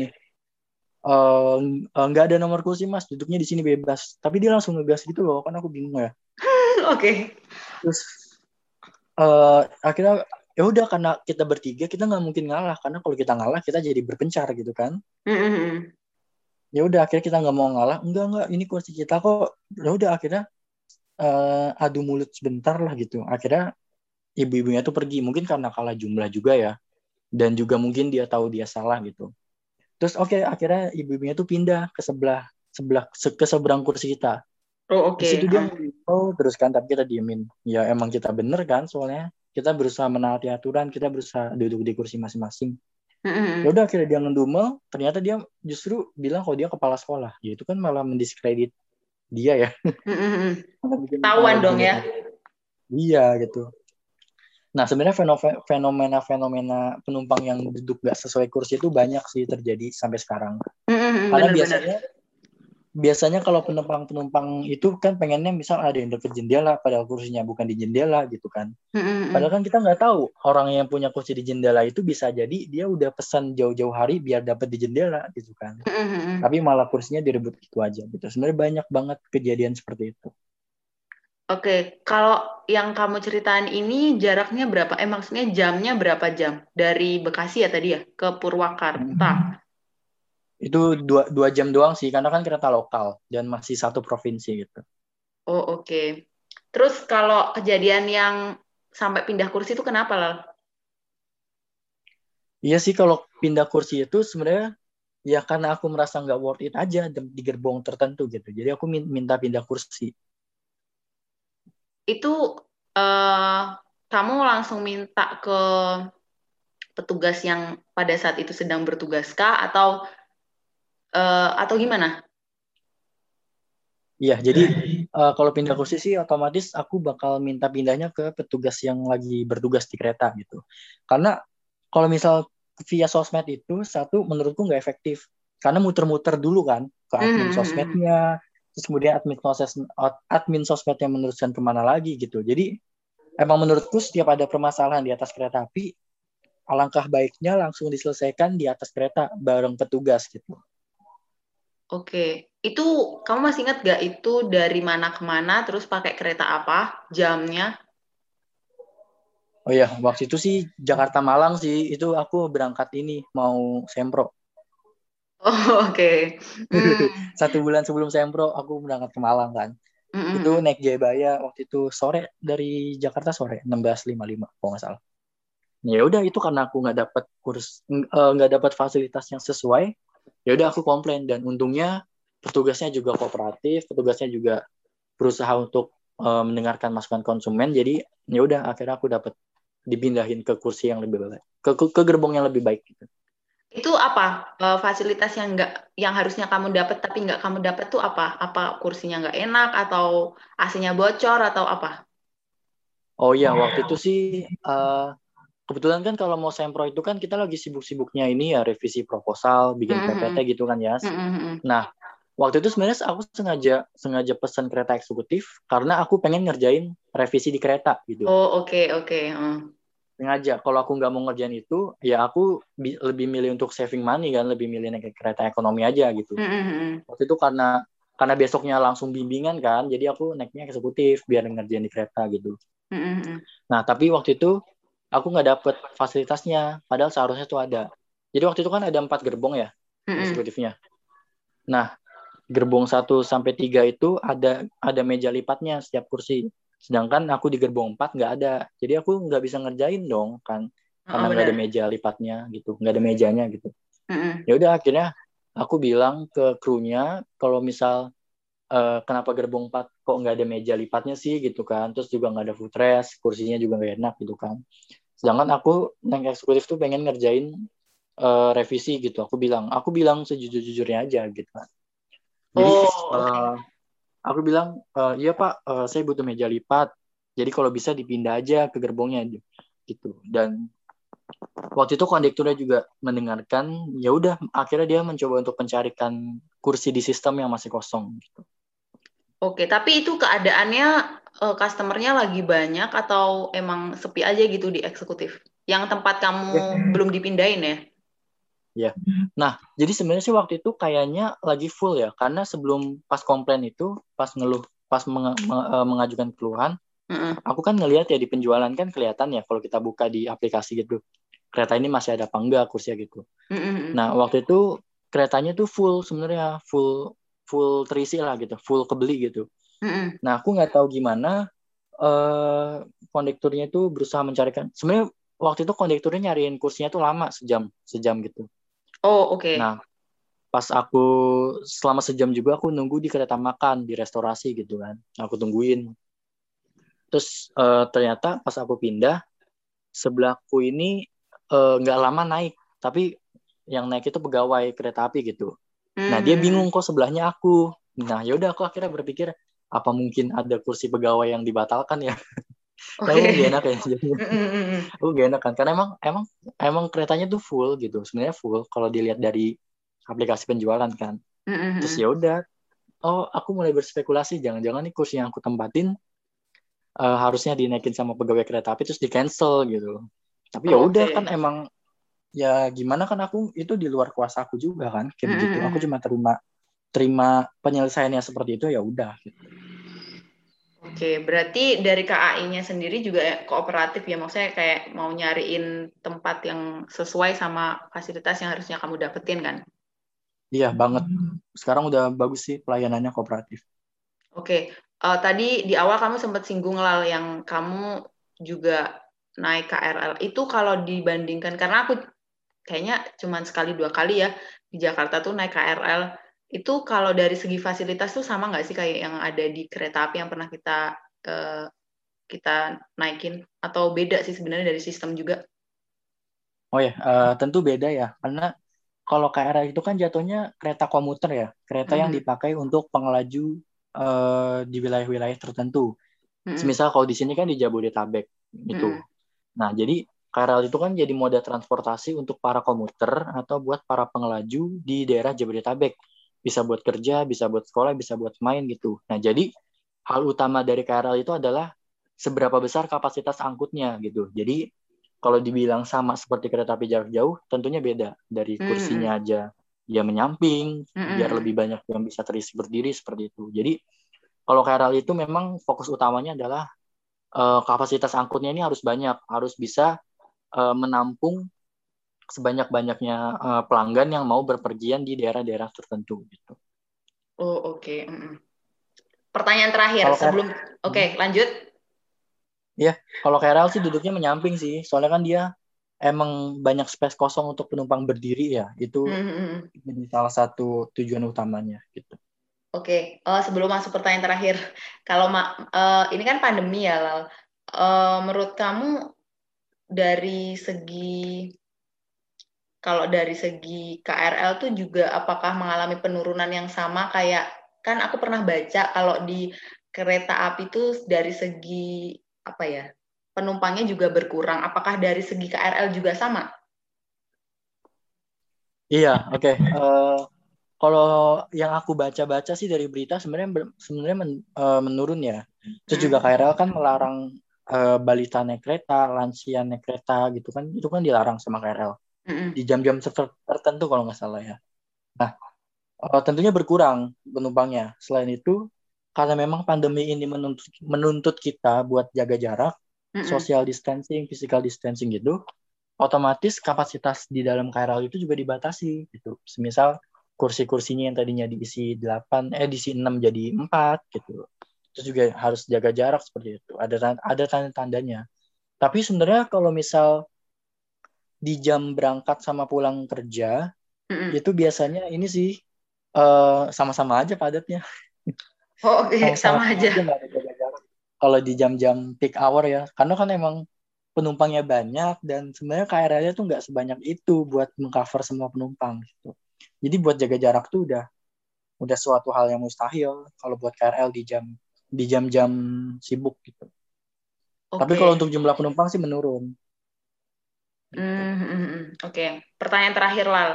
A: Oke.
B: gini, nggak ada nomor kursi Mas, duduknya di sini bebas. Tapi dia langsung ngegas gitu loh, kan aku bingung ya.
A: Oke.
B: Terus akhirnya ya udah, karena kita bertiga kita nggak mungkin ngalah, karena kalau kita ngalah kita jadi berpencar gitu kan.
A: Mm-mm.
B: Ya udah akhirnya kita nggak mau ngalah, enggak ini kursi kita kok. Ya udah akhirnya adu mulut sebentar lah gitu. Akhirnya ibu-ibunya tuh pergi, mungkin karena kalah jumlah juga ya, dan juga mungkin dia tahu dia salah gitu. Terus oke, akhirnya ibu-ibunya tuh pindah ke sebelah sebelah ke seberang kursi kita.
A: Oh
B: Di
A: oke.
B: situ dia ngomong terus kan, tapi kita diemin. Ya emang kita bener kan, soalnya kita berusaha menaati aturan, kita berusaha duduk di kursi masing-masing. Ya
A: Mm-mm.
B: udah akhirnya dia ngedumel, ternyata dia justru bilang kalau dia kepala sekolah. Ya itu kan malah mendiskredit dia ya.
A: Mm-mm.
B: Malah
A: Tawan
B: bikin
A: dong
B: dia
A: ya.
B: kaget. Iya gitu. Nah sebenarnya fenomena-fenomena penumpang yang duduk gak sesuai kursi itu banyak sih terjadi sampai sekarang.
A: Mm-mm.
B: Karena
A: Bener-bener.
B: biasanya biasanya kalau penumpang-penumpang itu kan pengennya misal ada yang deket jendela padahal kursinya bukan di jendela gitu kan. Padahal
A: Mm-mm.
B: kan kita nggak tahu orang yang punya kursi di jendela itu bisa jadi dia udah pesan jauh-jauh hari biar dapat di jendela gitu kan.
A: Mm-mm.
B: Tapi malah kursinya direbut gitu aja gitu. Sebenarnya banyak banget kejadian seperti itu.
A: Oke, kalau yang kamu ceritain ini jaraknya berapa? Maksudnya jamnya berapa jam? Dari Bekasi ya tadi ya, ke Purwakarta.
B: Itu dua jam doang sih karena kan kereta lokal dan masih satu provinsi gitu.
A: Oh, oke. Terus kalau kejadian yang sampai pindah kursi itu kenapa, Lal?
B: Iya sih, kalau pindah kursi itu sebenarnya ya karena aku merasa nggak worth it aja di gerbong tertentu gitu. Jadi aku minta pindah kursi.
A: Itu eh, kamu langsung minta ke petugas yang pada saat itu sedang bertugas kah atau gimana?
B: Iya, jadi kalau pindah kursi sih otomatis aku bakal minta pindahnya ke petugas yang lagi bertugas di kereta gitu. Karena kalau misal via sosmed itu satu menurutku nggak efektif. Karena muter-muter dulu kan ke admin
A: Hmm.
B: sosmednya, terus kemudian admin sosmednya meneruskan kemana lagi gitu. Jadi emang menurutku setiap ada permasalahan di atas kereta api, alangkah baiknya langsung diselesaikan di atas kereta bareng petugas gitu.
A: Oke, itu kamu masih ingat gak itu dari mana ke mana, terus pakai kereta apa, jamnya?
B: Oh ya, waktu itu sih Jakarta Malang sih, itu aku berangkat ini mau sempro.
A: Oh, oke. Hmm.
B: 1 bulan sebelum sempro aku berangkat ke Malang kan. Itu
A: Mm-mm.
B: naik Jayabaya waktu itu sore dari Jakarta sore 16.55 kalau nggak salah. Ya udah itu karena aku nggak dapat fasilitas yang sesuai, ya udah aku komplain dan untungnya petugasnya juga kooperatif, petugasnya juga berusaha untuk mendengarkan masukan konsumen, jadi ya udah akhirnya aku dapat dipindahin ke kursi yang lebih baik, ke gerbong yang lebih baik gitu.
A: Itu apa fasilitas yang nggak yang harusnya kamu dapat tapi nggak kamu dapat tuh apa? Apa kursinya nggak enak atau AC-nya bocor atau apa?
B: Oh iya waktu itu sih kebetulan kan kalau mau sempro itu kan kita lagi sibuk-sibuknya ini ya revisi proposal, bikin PPT
A: Mm-mm.
B: gitu kan ya.
A: Mm-mm.
B: Nah, waktu itu sebenarnya aku sengaja sengaja pesan kereta eksekutif karena aku pengen ngerjain revisi di kereta gitu.
A: Oh, oke, oke.
B: Sengaja. Kalau aku nggak mau ngerjain itu, ya aku lebih milih untuk saving money kan, lebih milih naik kereta ekonomi aja gitu.
A: Mm-mm.
B: Waktu itu karena besoknya langsung bimbingan kan, jadi aku naiknya eksekutif biar ngerjain di kereta gitu.
A: Mm-mm.
B: Nah, tapi waktu itu aku nggak dapet fasilitasnya, padahal seharusnya tuh ada. Jadi waktu itu kan ada 4 gerbong ya
A: Mm-mm.
B: eksekutifnya. Nah, gerbong 1 sampai 3 itu ada meja lipatnya setiap kursi. Sedangkan aku di gerbong 4 nggak ada. Jadi aku nggak bisa ngerjain dong kan.
A: Oh,
B: Karena nggak ada
A: benar.
B: meja lipatnya gitu. Nggak ada mejanya gitu.
A: Mm-mm.
B: Ya udah akhirnya aku bilang ke krunya kalau misal kenapa gerbong 4 kok nggak ada meja lipatnya sih gitu kan. Terus juga nggak ada footrest, kursinya juga nggak enak gitu kan. Sedangkan aku naik eksekutif tuh pengen ngerjain revisi gitu. Aku bilang sejujur-jujurnya aja gitu kan. Jadi
A: Oh, oke.
B: aku bilang, iya Pak, saya butuh meja lipat. Jadi kalau bisa dipindah aja ke gerbongnya gitu. Dan waktu itu kondekturnya juga mendengarkan. Ya udah, akhirnya dia mencoba untuk mencarikan kursi di sistem yang masih kosong. Gitu.
A: Oke, tapi itu keadaannya customer-nya lagi banyak atau emang sepi aja gitu di eksekutif? Yang tempat kamu belum dipindahin ya?
B: Ya. Nah, jadi sebenarnya sih waktu itu kayaknya lagi full ya, karena sebelum pas komplain itu, pas mengajukan keluhan,
A: Mm-mm.
B: aku kan ngelihat ya di penjualan kan kelihatan ya kalau kita buka di aplikasi gitu, kereta ini masih ada apa enggak kursinya gitu.
A: Mm-mm.
B: Nah, waktu itu keretanya tuh full sebenarnya, full full terisi lah gitu, full kebeli gitu.
A: Mm-mm.
B: Nah, aku nggak tahu gimana kondekturnya itu berusaha mencarikan. Sebenarnya waktu itu kondekturnya nyariin kursinya tuh lama sejam, sejam gitu.
A: Oh, oke.
B: Nah, pas aku selama sejam juga aku nunggu di kereta makan di restorasi gitu kan. Aku tungguin. Terus ternyata pas aku pindah sebelahku ini nggak lama naik, tapi yang naik itu pegawai kereta api gitu. Nah dia bingung
A: Mm-mm.
B: kok sebelahnya aku. Nah yaudah aku akhirnya berpikir apa mungkin ada kursi pegawai yang dibatalkan ya? Nah, aku gak
A: Oke.
B: enak ya jadinya.
A: Mm-mm.
B: Aku gak enak kan karena emang keretanya tuh full gitu. Sebenarnya full kalau dilihat dari aplikasi penjualan kan. Terus
A: Mm-mm.
B: ya udah, oh aku mulai berspekulasi jangan-jangan nih kursi yang aku tempatin harusnya dinaikin sama pegawai kereta api terus di cancel gitu. Tapi ya udah kan
A: Oke.
B: emang ya gimana kan aku itu di luar kuasa aku juga kan kayak begitu. Aku
A: Mm-mm.
B: cuma terima terima penyelesaiannya seperti itu ya udah. Gitu.
A: Oke, berarti dari KAI-nya sendiri juga kooperatif ya, maksudnya kayak mau nyariin tempat yang sesuai sama fasilitas yang harusnya kamu dapetin kan?
B: Iya banget. Sekarang udah bagus sih pelayanannya kooperatif.
A: Oke, tadi di awal kamu sempat singgung Lal yang kamu juga naik KRL. Itu kalau dibandingkan, karena aku kayaknya cuma sekali dua kali ya di Jakarta tuh naik KRL. Itu kalau dari segi fasilitas tuh sama nggak sih kayak yang ada di kereta api yang pernah eh, kita naikin? Atau beda sih sebenarnya dari sistem juga?
B: Oh ya, tentu beda ya karena kalau KRL itu kan jatuhnya kereta komuter ya, kereta yang
A: Mm-mm.
B: dipakai untuk pengelaju di wilayah-wilayah tertentu.
A: Mm-mm.
B: Semisal kalau di sini kan di Jabodetabek itu.
A: Mm-mm.
B: Nah, jadi KRL itu kan jadi moda transportasi untuk para komuter atau buat para pengelaju di daerah Jabodetabek. Bisa buat kerja, bisa buat sekolah, bisa buat main gitu. Nah, jadi hal utama dari KRL itu adalah seberapa besar kapasitas angkutnya gitu. Jadi kalau dibilang sama seperti kereta api jarak jauh, tentunya beda. Dari
A: Mm-mm.
B: kursinya aja dia menyamping, biar
A: Mm-mm.
B: lebih banyak yang bisa terisi berdiri seperti itu. Jadi kalau KRL itu memang fokus utamanya adalah kapasitas angkutnya ini harus banyak, harus bisa menampung sebanyak-banyaknya pelanggan yang mau berpergian di daerah-daerah tertentu gitu.
A: Oh, oke. Pertanyaan terakhir
B: Kalau
A: sebelum oke, lanjut.
B: ya, kalau KRL sih duduknya menyamping sih, soalnya kan dia emang banyak space kosong untuk penumpang berdiri ya, itu jadi salah satu tujuan utamanya gitu.
A: Oke, sebelum masuk pertanyaan terakhir, kalau ini kan pandemi ya, Lal. Menurut kamu dari segi kalau dari segi KRL tuh juga apakah mengalami penurunan yang sama kayak kan aku pernah baca kalau di kereta api tuh dari segi apa ya penumpangnya juga berkurang. Apakah dari segi KRL juga sama?
B: Iya, oke. Kalau yang aku baca-baca sih dari berita sebenarnya menurun ya. Terus juga KRL kan melarang balita naik kereta, lansia naik kereta gitu kan. Itu kan dilarang sama KRL di jam-jam tertentu kalau nggak salah ya. Nah, tentunya berkurang penumpangnya. Selain itu, karena memang pandemi ini menuntut kita buat jaga jarak, social distancing, physical distancing gitu, otomatis kapasitas di dalam KRL itu juga dibatasi gitu. Semisal kursi-kursinya yang tadinya diisi 8, diisi 6 jadi 4 gitu. Terus juga harus jaga jarak seperti itu. Ada tanda-tandanya. Tapi sebenarnya kalau misal di jam berangkat sama pulang kerja, itu biasanya ini sih sama-sama aja padatnya.
A: Oh, oke,
B: Sama-sama
A: sama aja.
B: aja nggak ada jaga jarak. Kalau di jam-jam peak hour ya, karena kan emang penumpangnya banyak dan sebenarnya KRL-nya tuh nggak sebanyak itu buat mengcover semua penumpang gitu. Jadi buat jaga jarak tuh udah suatu hal yang mustahil kalau buat KRL di jam-jam sibuk gitu. Tapi kalau
A: Oke.
B: untuk jumlah penumpang sih menurun. Gitu.
A: Oke. Pertanyaan terakhir, Lal.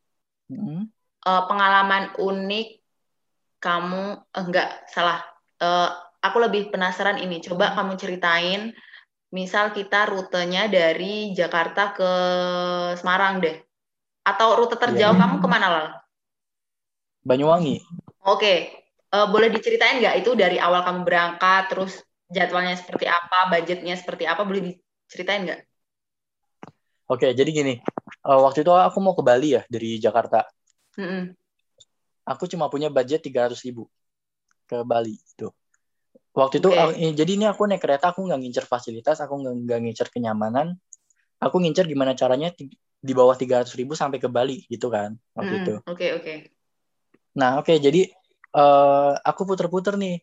A: Pengalaman unik kamu enggak salah. Eh, aku lebih penasaran ini. Coba kamu ceritain, misal kita rutenya dari Jakarta ke Semarang deh. Atau rute
B: Iya,
A: terjauh
B: iya.
A: kamu kemana, Lal?
B: Banyuwangi.
A: Oke. Boleh diceritain nggak itu dari awal kamu berangkat, terus jadwalnya seperti apa, budgetnya seperti apa, boleh diceritain nggak?
B: Oke, jadi gini. Waktu itu aku mau ke Bali ya dari Jakarta.
A: Mm-mm.
B: Aku cuma punya budget 300.000 ke Bali itu. Waktu itu,
A: Oke.
B: jadi ini aku naik kereta, aku nggak ngincer fasilitas, aku nggak ngincer kenyamanan, aku ngincer gimana caranya di bawah 300.000 sampai ke Bali gitu kan waktu itu.
A: Oke, oke.
B: Nah, oke, jadi aku puter-puter nih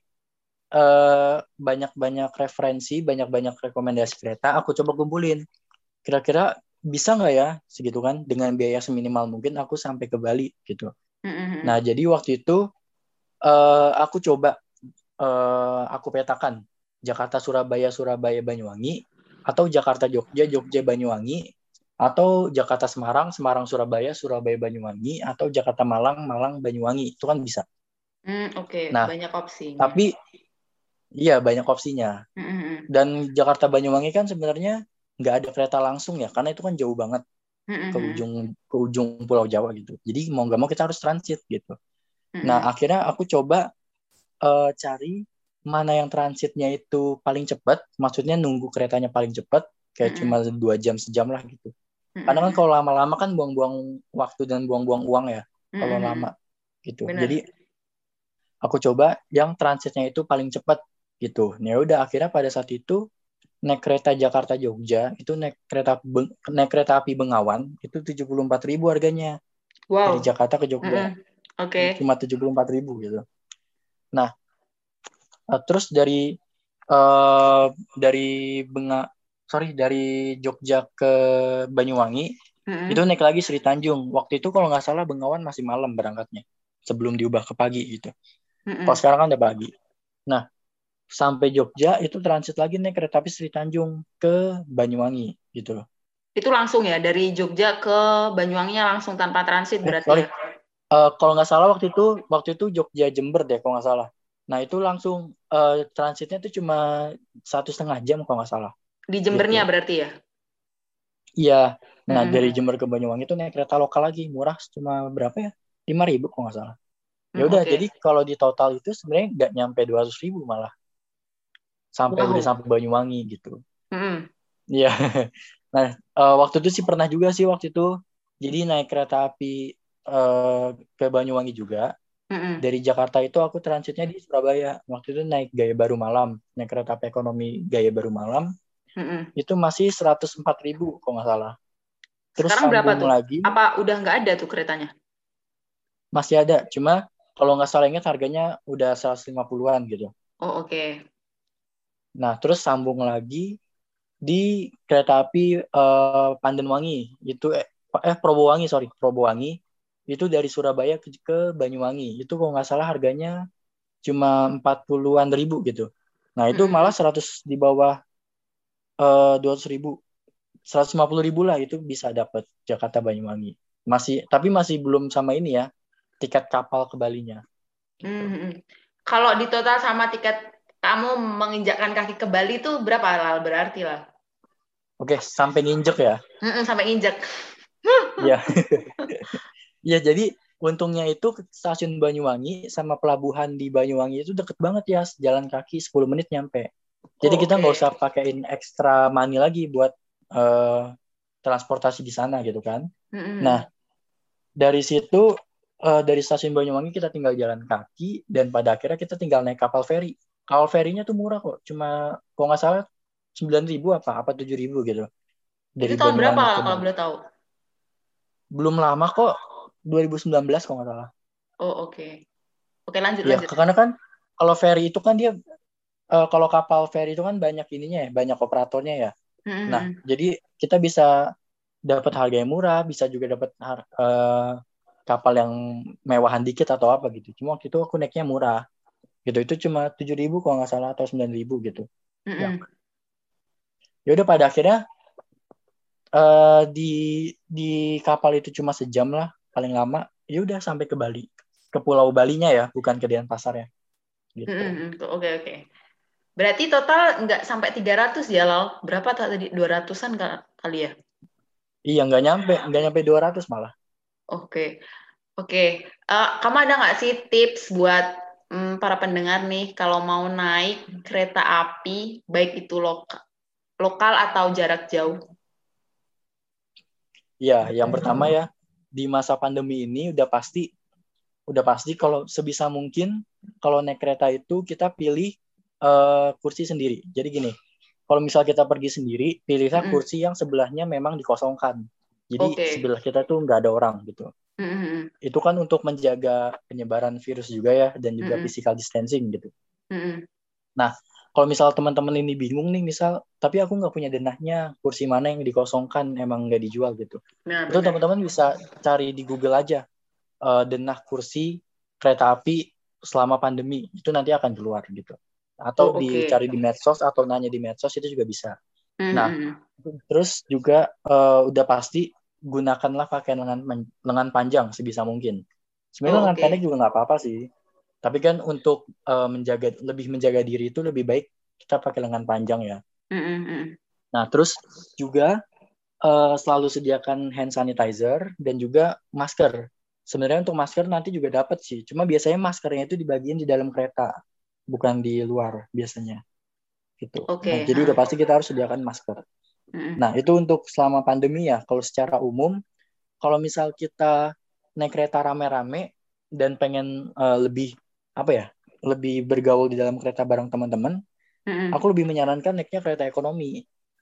B: banyak-banyak referensi, banyak-banyak rekomendasi kereta, aku coba kumpulin. Kira-kira bisa nggak ya segitu kan dengan biaya seminimal mungkin aku sampai ke Bali gitu. Nah, jadi waktu itu aku coba aku petakan Jakarta Surabaya Surabaya Banyuwangi atau Jakarta Jogja Jogja Banyuwangi atau Jakarta Semarang Semarang Surabaya Surabaya Banyuwangi atau Jakarta Malang Malang Banyuwangi itu kan bisa.
A: Oke,
B: Nah,
A: banyak opsinya.
B: tapi iya banyak opsinya. Dan Jakarta Banyuwangi kan sebenarnya nggak ada kereta langsung ya karena itu kan jauh banget ke ujung Pulau Jawa gitu. Jadi mau nggak mau kita harus transit gitu. Nah, akhirnya aku coba cari mana yang transitnya itu paling cepat, maksudnya nunggu keretanya paling cepat, kayak cuma 2 jam sejam lah gitu. Karena kan kalau lama-lama kan buang-buang waktu dan buang-buang uang ya, kalau lama gitu.
A: Benar.
B: Jadi aku coba yang transitnya itu paling cepat gitu. Ya udah akhirnya pada saat itu naik kereta Jakarta Jogja itu naik kereta api Bengawan itu 74.000 harganya dari
A: Wow.
B: Jakarta ke Jogja.
A: Oke.
B: Cuma 74.000 gitu. Nah, terus dari Jogja ke Banyuwangi itu naik lagi Sri Tanjung. Waktu itu kalau nggak salah Bengawan masih malam berangkatnya sebelum diubah ke pagi gitu. Kalau sekarang kan udah pagi. Nah, sampai Jogja itu transit lagi naik kereta api Sri Tanjung ke Banyuwangi gitu.
A: Itu langsung ya dari Jogja ke Banyuwanginya langsung tanpa transit berarti
B: Sorry,
A: ya?
B: kalau nggak salah waktu itu Jogja Jember deh kalau nggak salah. Nah itu langsung transitnya itu cuma 1,5 jam kalau nggak salah
A: Di Jembernya
B: gitu.
A: berarti ya?
B: Iya. Nah dari Jember ke Banyuwangi itu naik kereta lokal lagi murah cuma berapa ya? 5.000 kalau nggak salah. Ya udah
A: Oke.
B: jadi kalau di total itu sebenarnya nggak nyampe 200.000 malah udah sampai Banyuwangi gitu.
A: Mm-mm.
B: Iya. Nah, waktu itu sih pernah juga sih waktu itu. Jadi naik kereta api ke Banyuwangi juga.
A: Mm-mm.
B: Dari Jakarta itu aku transitnya di Surabaya. Waktu itu naik Gaya Baru Malam, naik kereta api ekonomi Gaya Baru Malam.
A: Mm-mm.
B: Itu masih 104.000 kalau nggak salah. Terus
A: Sekarang berapa
B: sambung
A: tuh?
B: lagi,
A: Apa udah nggak ada tuh keretanya?
B: masih ada. Cuma kalau nggak salah ingat harganya udah 150-an gitu.
A: Oh, oke.
B: Nah, terus sambung lagi di kereta api Pandanwangi. Itu Probowangi, sorry. Probowangi. Itu dari Surabaya ke Banyuwangi. Itu kalau nggak salah harganya cuma 40-an ribu gitu. Nah, itu malah
A: Mm-mm.
B: 100 di bawah 200.000. 150.000 lah itu bisa dapat Jakarta Banyuwangi. Tapi masih belum sama ini ya, tiket kapal ke Balinya. Gitu.
A: Mm-mm. Kalau di total sama tiket kamu menginjakkan kaki ke Bali itu berapa Lal? Berarti lah.
B: Oke, sampai nginjek ya.
A: Sampai injek.
B: Ya. Ya, jadi untungnya itu stasiun Banyuwangi sama pelabuhan di Banyuwangi itu deket banget ya, jalan kaki 10 menit nyampe. Jadi
A: Oh,
B: kita nggak
A: oke.
B: usah pakein ekstra money lagi buat eh, transportasi di sana gitu kan. Nah,
A: Mm-mm.
B: dari stasiun Banyuwangi kita tinggal jalan kaki dan pada akhirnya kita tinggal naik kapal feri. Kapal ferinya tuh murah kok, cuma kalau nggak salah 9.000 apa 7.000 gitu
A: Itu
B: dari
A: tahun berapa
B: Banyuwangi
A: Lal,
B: ke
A: kalau
B: Bali.
A: boleh tahu?
B: Belum lama kok, 2019 kalau nggak salah.
A: Oh, oke. Oke, lanjut,
B: Ya,
A: lanjut.
B: karena kan kalau feri itu kan dia kalau kapal feri itu kan banyak ininya ya, banyak operatornya ya. Nah,
A: Mm-mm.
B: jadi kita bisa dapat harga yang murah, bisa juga dapat kapal yang mewahan dikit atau apa gitu. Cuma waktu itu aku naiknya murah gitu. Itu cuma 7.000 kalau nggak salah atau 9.000 gitu. Ya,
A: Mm-mm.
B: ya udah pada akhirnya eh, di di kapal itu cuma sejam lah paling lama. Ya udah sampai ke Bali, ke Pulau Balinya ya, bukan ke Denpasar ya, gitu.
A: Mm-mm. Oke, oke. Berarti total nggak sampai 300 ya, Lal? Berapa tadi? 200-an kali ya?
B: Iya, nggak nyampe 200 malah.
A: Oke, oke. Kamu ada nggak sih tips buat para pendengar nih kalau mau naik kereta api, baik itu lokal atau jarak jauh?
B: Ya, yang pertama ya, di masa pandemi ini udah pasti kalau sebisa mungkin kalau naik kereta itu kita pilih kursi sendiri. Jadi gini, kalau misal kita pergi sendiri, pilihlah
A: Mm-mm.
B: kursi yang sebelahnya memang dikosongkan. Jadi
A: Oke.
B: sebelah kita tuh nggak ada orang gitu.
A: Mm-mm.
B: Itu kan untuk menjaga penyebaran virus juga ya, dan juga
A: Mm-mm.
B: physical distancing gitu.
A: Mm-mm.
B: Nah, kalau misal teman-teman ini bingung nih, misal, tapi aku nggak punya denahnya, kursi mana yang dikosongkan, emang nggak dijual gitu.
A: Nah,
B: Itu
A: benar.
B: teman-teman bisa cari di Google aja, denah kursi kereta api selama pandemi. Itu nanti akan keluar gitu.
A: Oh,
B: Atau
A: oke.
B: dicari di medsos, atau nanya di medsos, itu juga bisa. Nah,
A: Mm-mm.
B: terus juga udah pasti gunakanlah pakaian lengan panjang sebisa mungkin. Sebenarnya
A: Oh,
B: lengan pendek
A: oke.
B: juga nggak apa-apa sih. Tapi kan untuk lebih menjaga diri itu lebih baik kita pakai lengan panjang ya.
A: Mm-mm.
B: Nah, terus juga selalu sediakan hand sanitizer dan juga masker. Sebenarnya untuk masker nanti juga dapat sih. Cuma biasanya maskernya itu dibagiin di dalam kereta, bukan di luar biasanya. Gitu. Nah,
A: Oke.
B: jadi udah pasti kita harus sediakan masker.
A: Mm-mm.
B: Nah, itu untuk selama pandemi ya. Kalau secara umum, kalau misal kita naik kereta rame-rame dan pengen lebih apa ya, lebih bergaul di dalam kereta bareng teman-teman,
A: Mm-mm.
B: aku lebih menyarankan naiknya kereta ekonomi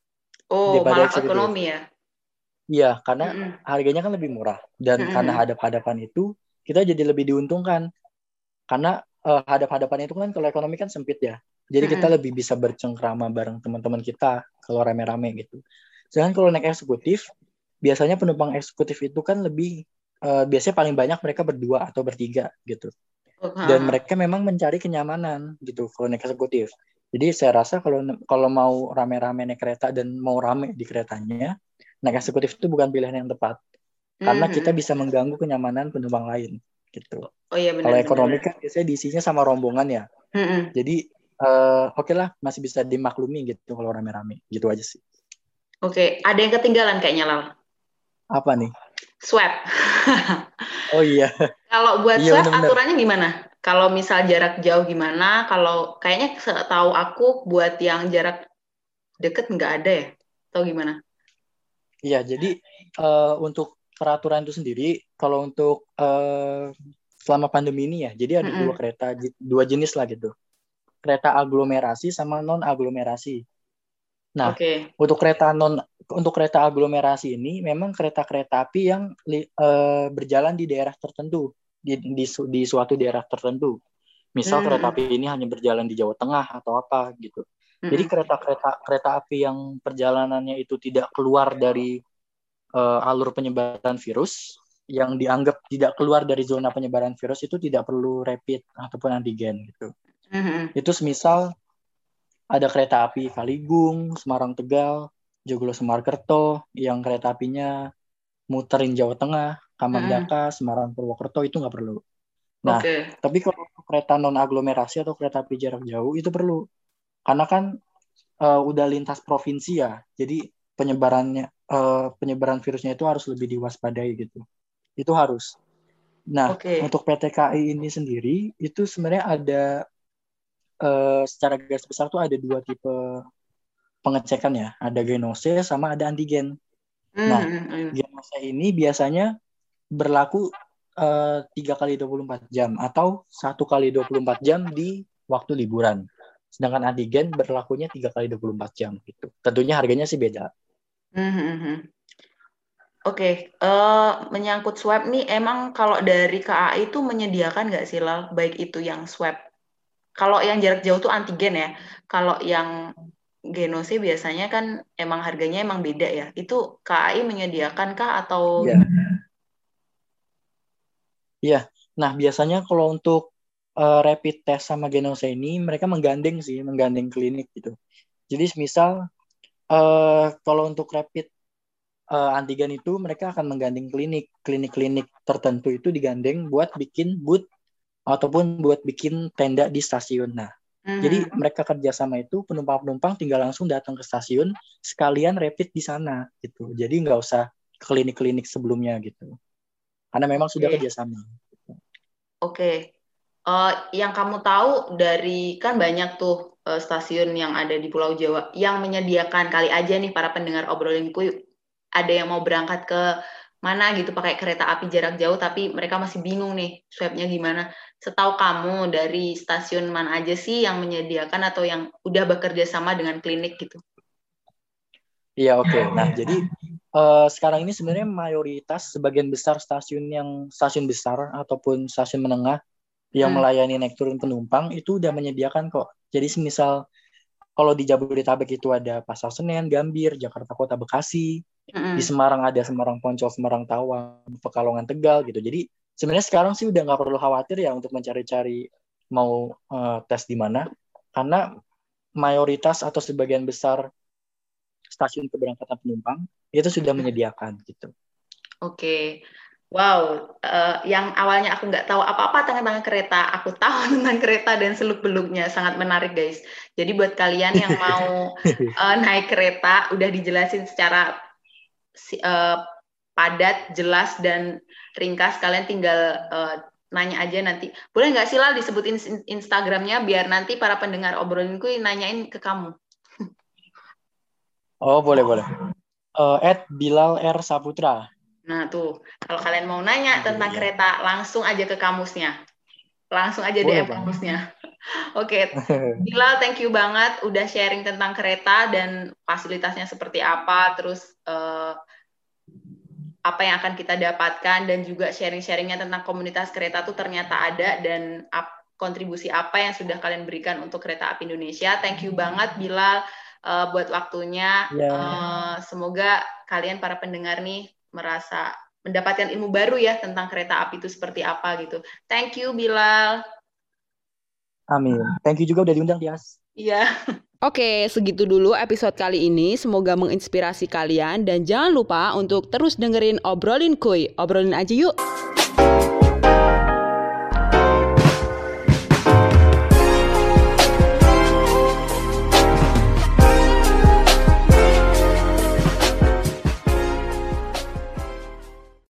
A: Oh,
B: daripada
A: malah
B: eksekutif.
A: ekonomi ya?
B: Iya, karena
A: Mm-mm.
B: harganya kan lebih murah dan karena
A: Mm-mm.
B: hadap-hadapan itu kita jadi lebih diuntungkan karena hadap-hadapan itu kan kalau ekonomi kan sempit ya. Jadi kita
A: Mm-mm.
B: lebih bisa bercengkrama bareng teman-teman kita kalau rame-rame gitu. Sedangkan kalau naik eksekutif, biasanya penumpang eksekutif itu kan lebih biasanya paling banyak mereka berdua atau bertiga gitu.
A: Oh,
B: Dan
A: ha.
B: mereka memang mencari kenyamanan gitu kalau naik eksekutif. Jadi saya rasa kalau kalau mau rame-rame naik kereta dan mau rame di keretanya, naik eksekutif itu bukan pilihan yang tepat karena kita
A: Mm-mm.
B: bisa mengganggu kenyamanan penumpang lain gitu.
A: Oh iya,
B: Kalau
A: benar-benar.
B: ekonomi kan biasanya diisinya sama rombongan ya.
A: Mm-mm.
B: Jadi oke lah masih bisa dimaklumi gitu kalau rame-rame gitu aja sih.
A: Oke, ada yang ketinggalan kayaknya, Lal.
B: Apa nih?
A: Swab.
B: Oh iya,
A: Kalau buat
B: iya
A: swab
B: benar-benar.
A: aturannya gimana? Kalau misal jarak jauh gimana? Kalau kayaknya setahu aku buat yang jarak deket nggak ada ya? Atau gimana?
B: Iya, jadi untuk peraturan itu sendiri, kalau untuk selama pandemi ini ya, jadi ada dua jenis lah gitu. Kereta aglomerasi sama non aglomerasi. Nah, untuk kereta aglomerasi ini memang kereta-kereta api yang berjalan di daerah tertentu, di suatu daerah tertentu. Misal kereta api ini hanya berjalan di Jawa Tengah atau apa gitu. Jadi kereta api yang perjalanannya itu tidak keluar dari alur penyebaran virus, yang dianggap tidak keluar dari zona penyebaran virus itu tidak perlu rapid ataupun antigen gitu. Itu semisal ada kereta api Kaligung, Semarang Tegal, Joglo Semarkerto, yang kereta apinya muterin Jawa Tengah, Kamandaka, Semarang Purwokerto, itu nggak perlu. Nah, tapi kalau kereta non aglomerasi atau kereta api jarak jauh itu perlu, karena kan udah lintas provinsi ya, jadi penyebaran virusnya itu harus lebih diwaspadai gitu. Itu harus. Nah, untuk PT KAI ini sendiri itu sebenarnya ada secara garis besar tuh ada dua tipe pengecekan ya, ada genose sama ada antigen. Nah, genose ini biasanya berlaku 3 kali 24 jam atau 1 kali 24 jam di waktu liburan. Sedangkan antigen berlakunya 3 kali 24 jam gitu. Tentunya harganya sih beda.
A: Menyangkut swab nih, emang kalau dari KAI itu menyediakan nggak sih, Lal? Baik itu yang swab. Kalau yang jarak jauh tuh antigen ya. Kalau yang genose biasanya kan emang harganya emang beda ya. Itu KAI menyediakan kah atau?
B: Iya. Nah, biasanya kalau untuk rapid test sama genose ini mereka menggandeng klinik gitu. Jadi misal kalau untuk rapid antigen itu mereka akan menggandeng klinik tertentu itu digandeng buat bikin booth ataupun buat bikin tenda di stasiun. Nah, jadi mereka kerjasama itu penumpang-penumpang tinggal langsung datang ke stasiun sekalian rapid di sana gitu. Jadi nggak usah ke klinik-klinik sebelumnya gitu. Karena memang sudah kerjasama.
A: Yang kamu tahu dari kan banyak tuh stasiun yang ada di Pulau Jawa yang menyediakan, kali aja nih para pendengar Obrolin Kuy ada yang mau berangkat ke mana gitu pakai kereta api jarak jauh tapi mereka masih bingung nih swabnya gimana. Setahu kamu dari stasiun mana aja sih yang menyediakan atau yang udah bekerja sama dengan klinik gitu?
B: Iya, oke. Nah, jadi sekarang ini sebenarnya mayoritas sebagian besar stasiun besar ataupun stasiun menengah yang melayani naik turun penumpang itu udah menyediakan kok. Jadi semisal kalau di Jabodetabek itu ada Pasar Senen, Gambir, Jakarta Kota, Bekasi. Di Semarang ada Semarang Poncol, Semarang Tawang, Pekalongan, Tegal gitu. Jadi sebenarnya sekarang sih udah nggak perlu khawatir ya untuk mencari-cari mau tes di mana. Karena mayoritas atau sebagian besar stasiun keberangkatan penumpang itu sudah menyediakan gitu.
A: Oke. Wow, yang awalnya aku nggak tahu apa-apa tentang kereta, aku tahu tentang kereta dan seluk-beluknya, sangat menarik guys. Jadi buat kalian yang mau naik kereta, udah dijelasin secara padat, jelas, dan ringkas, kalian tinggal nanya aja nanti. Boleh nggak sih Lal disebutin Instagramnya biar nanti para pendengar Obrolinku nanyain ke kamu?
B: Oh, boleh. @BilalRSaputra.
A: Nah tuh, kalau kalian mau nanya tentang kereta, langsung aja ke kamusnya. Langsung aja DM kamusnya. Oke, Bilal, thank you banget udah sharing tentang kereta dan fasilitasnya seperti apa, terus apa yang akan kita dapatkan, dan juga sharing-sharingnya tentang komunitas kereta tuh ternyata ada, dan kontribusi apa yang sudah kalian berikan untuk Kereta Api Indonesia. Thank you banget Bilal buat waktunya. Semoga kalian para pendengar nih merasa mendapatkan ilmu baru ya tentang kereta api itu seperti apa gitu. Thank you Bilal.
B: Amin. Thank you juga udah diundang, Tias.
A: Iya. Oke, segitu dulu episode kali ini. Semoga menginspirasi kalian dan jangan lupa untuk terus dengerin Obrolin Kuy. Obrolin aja yuk.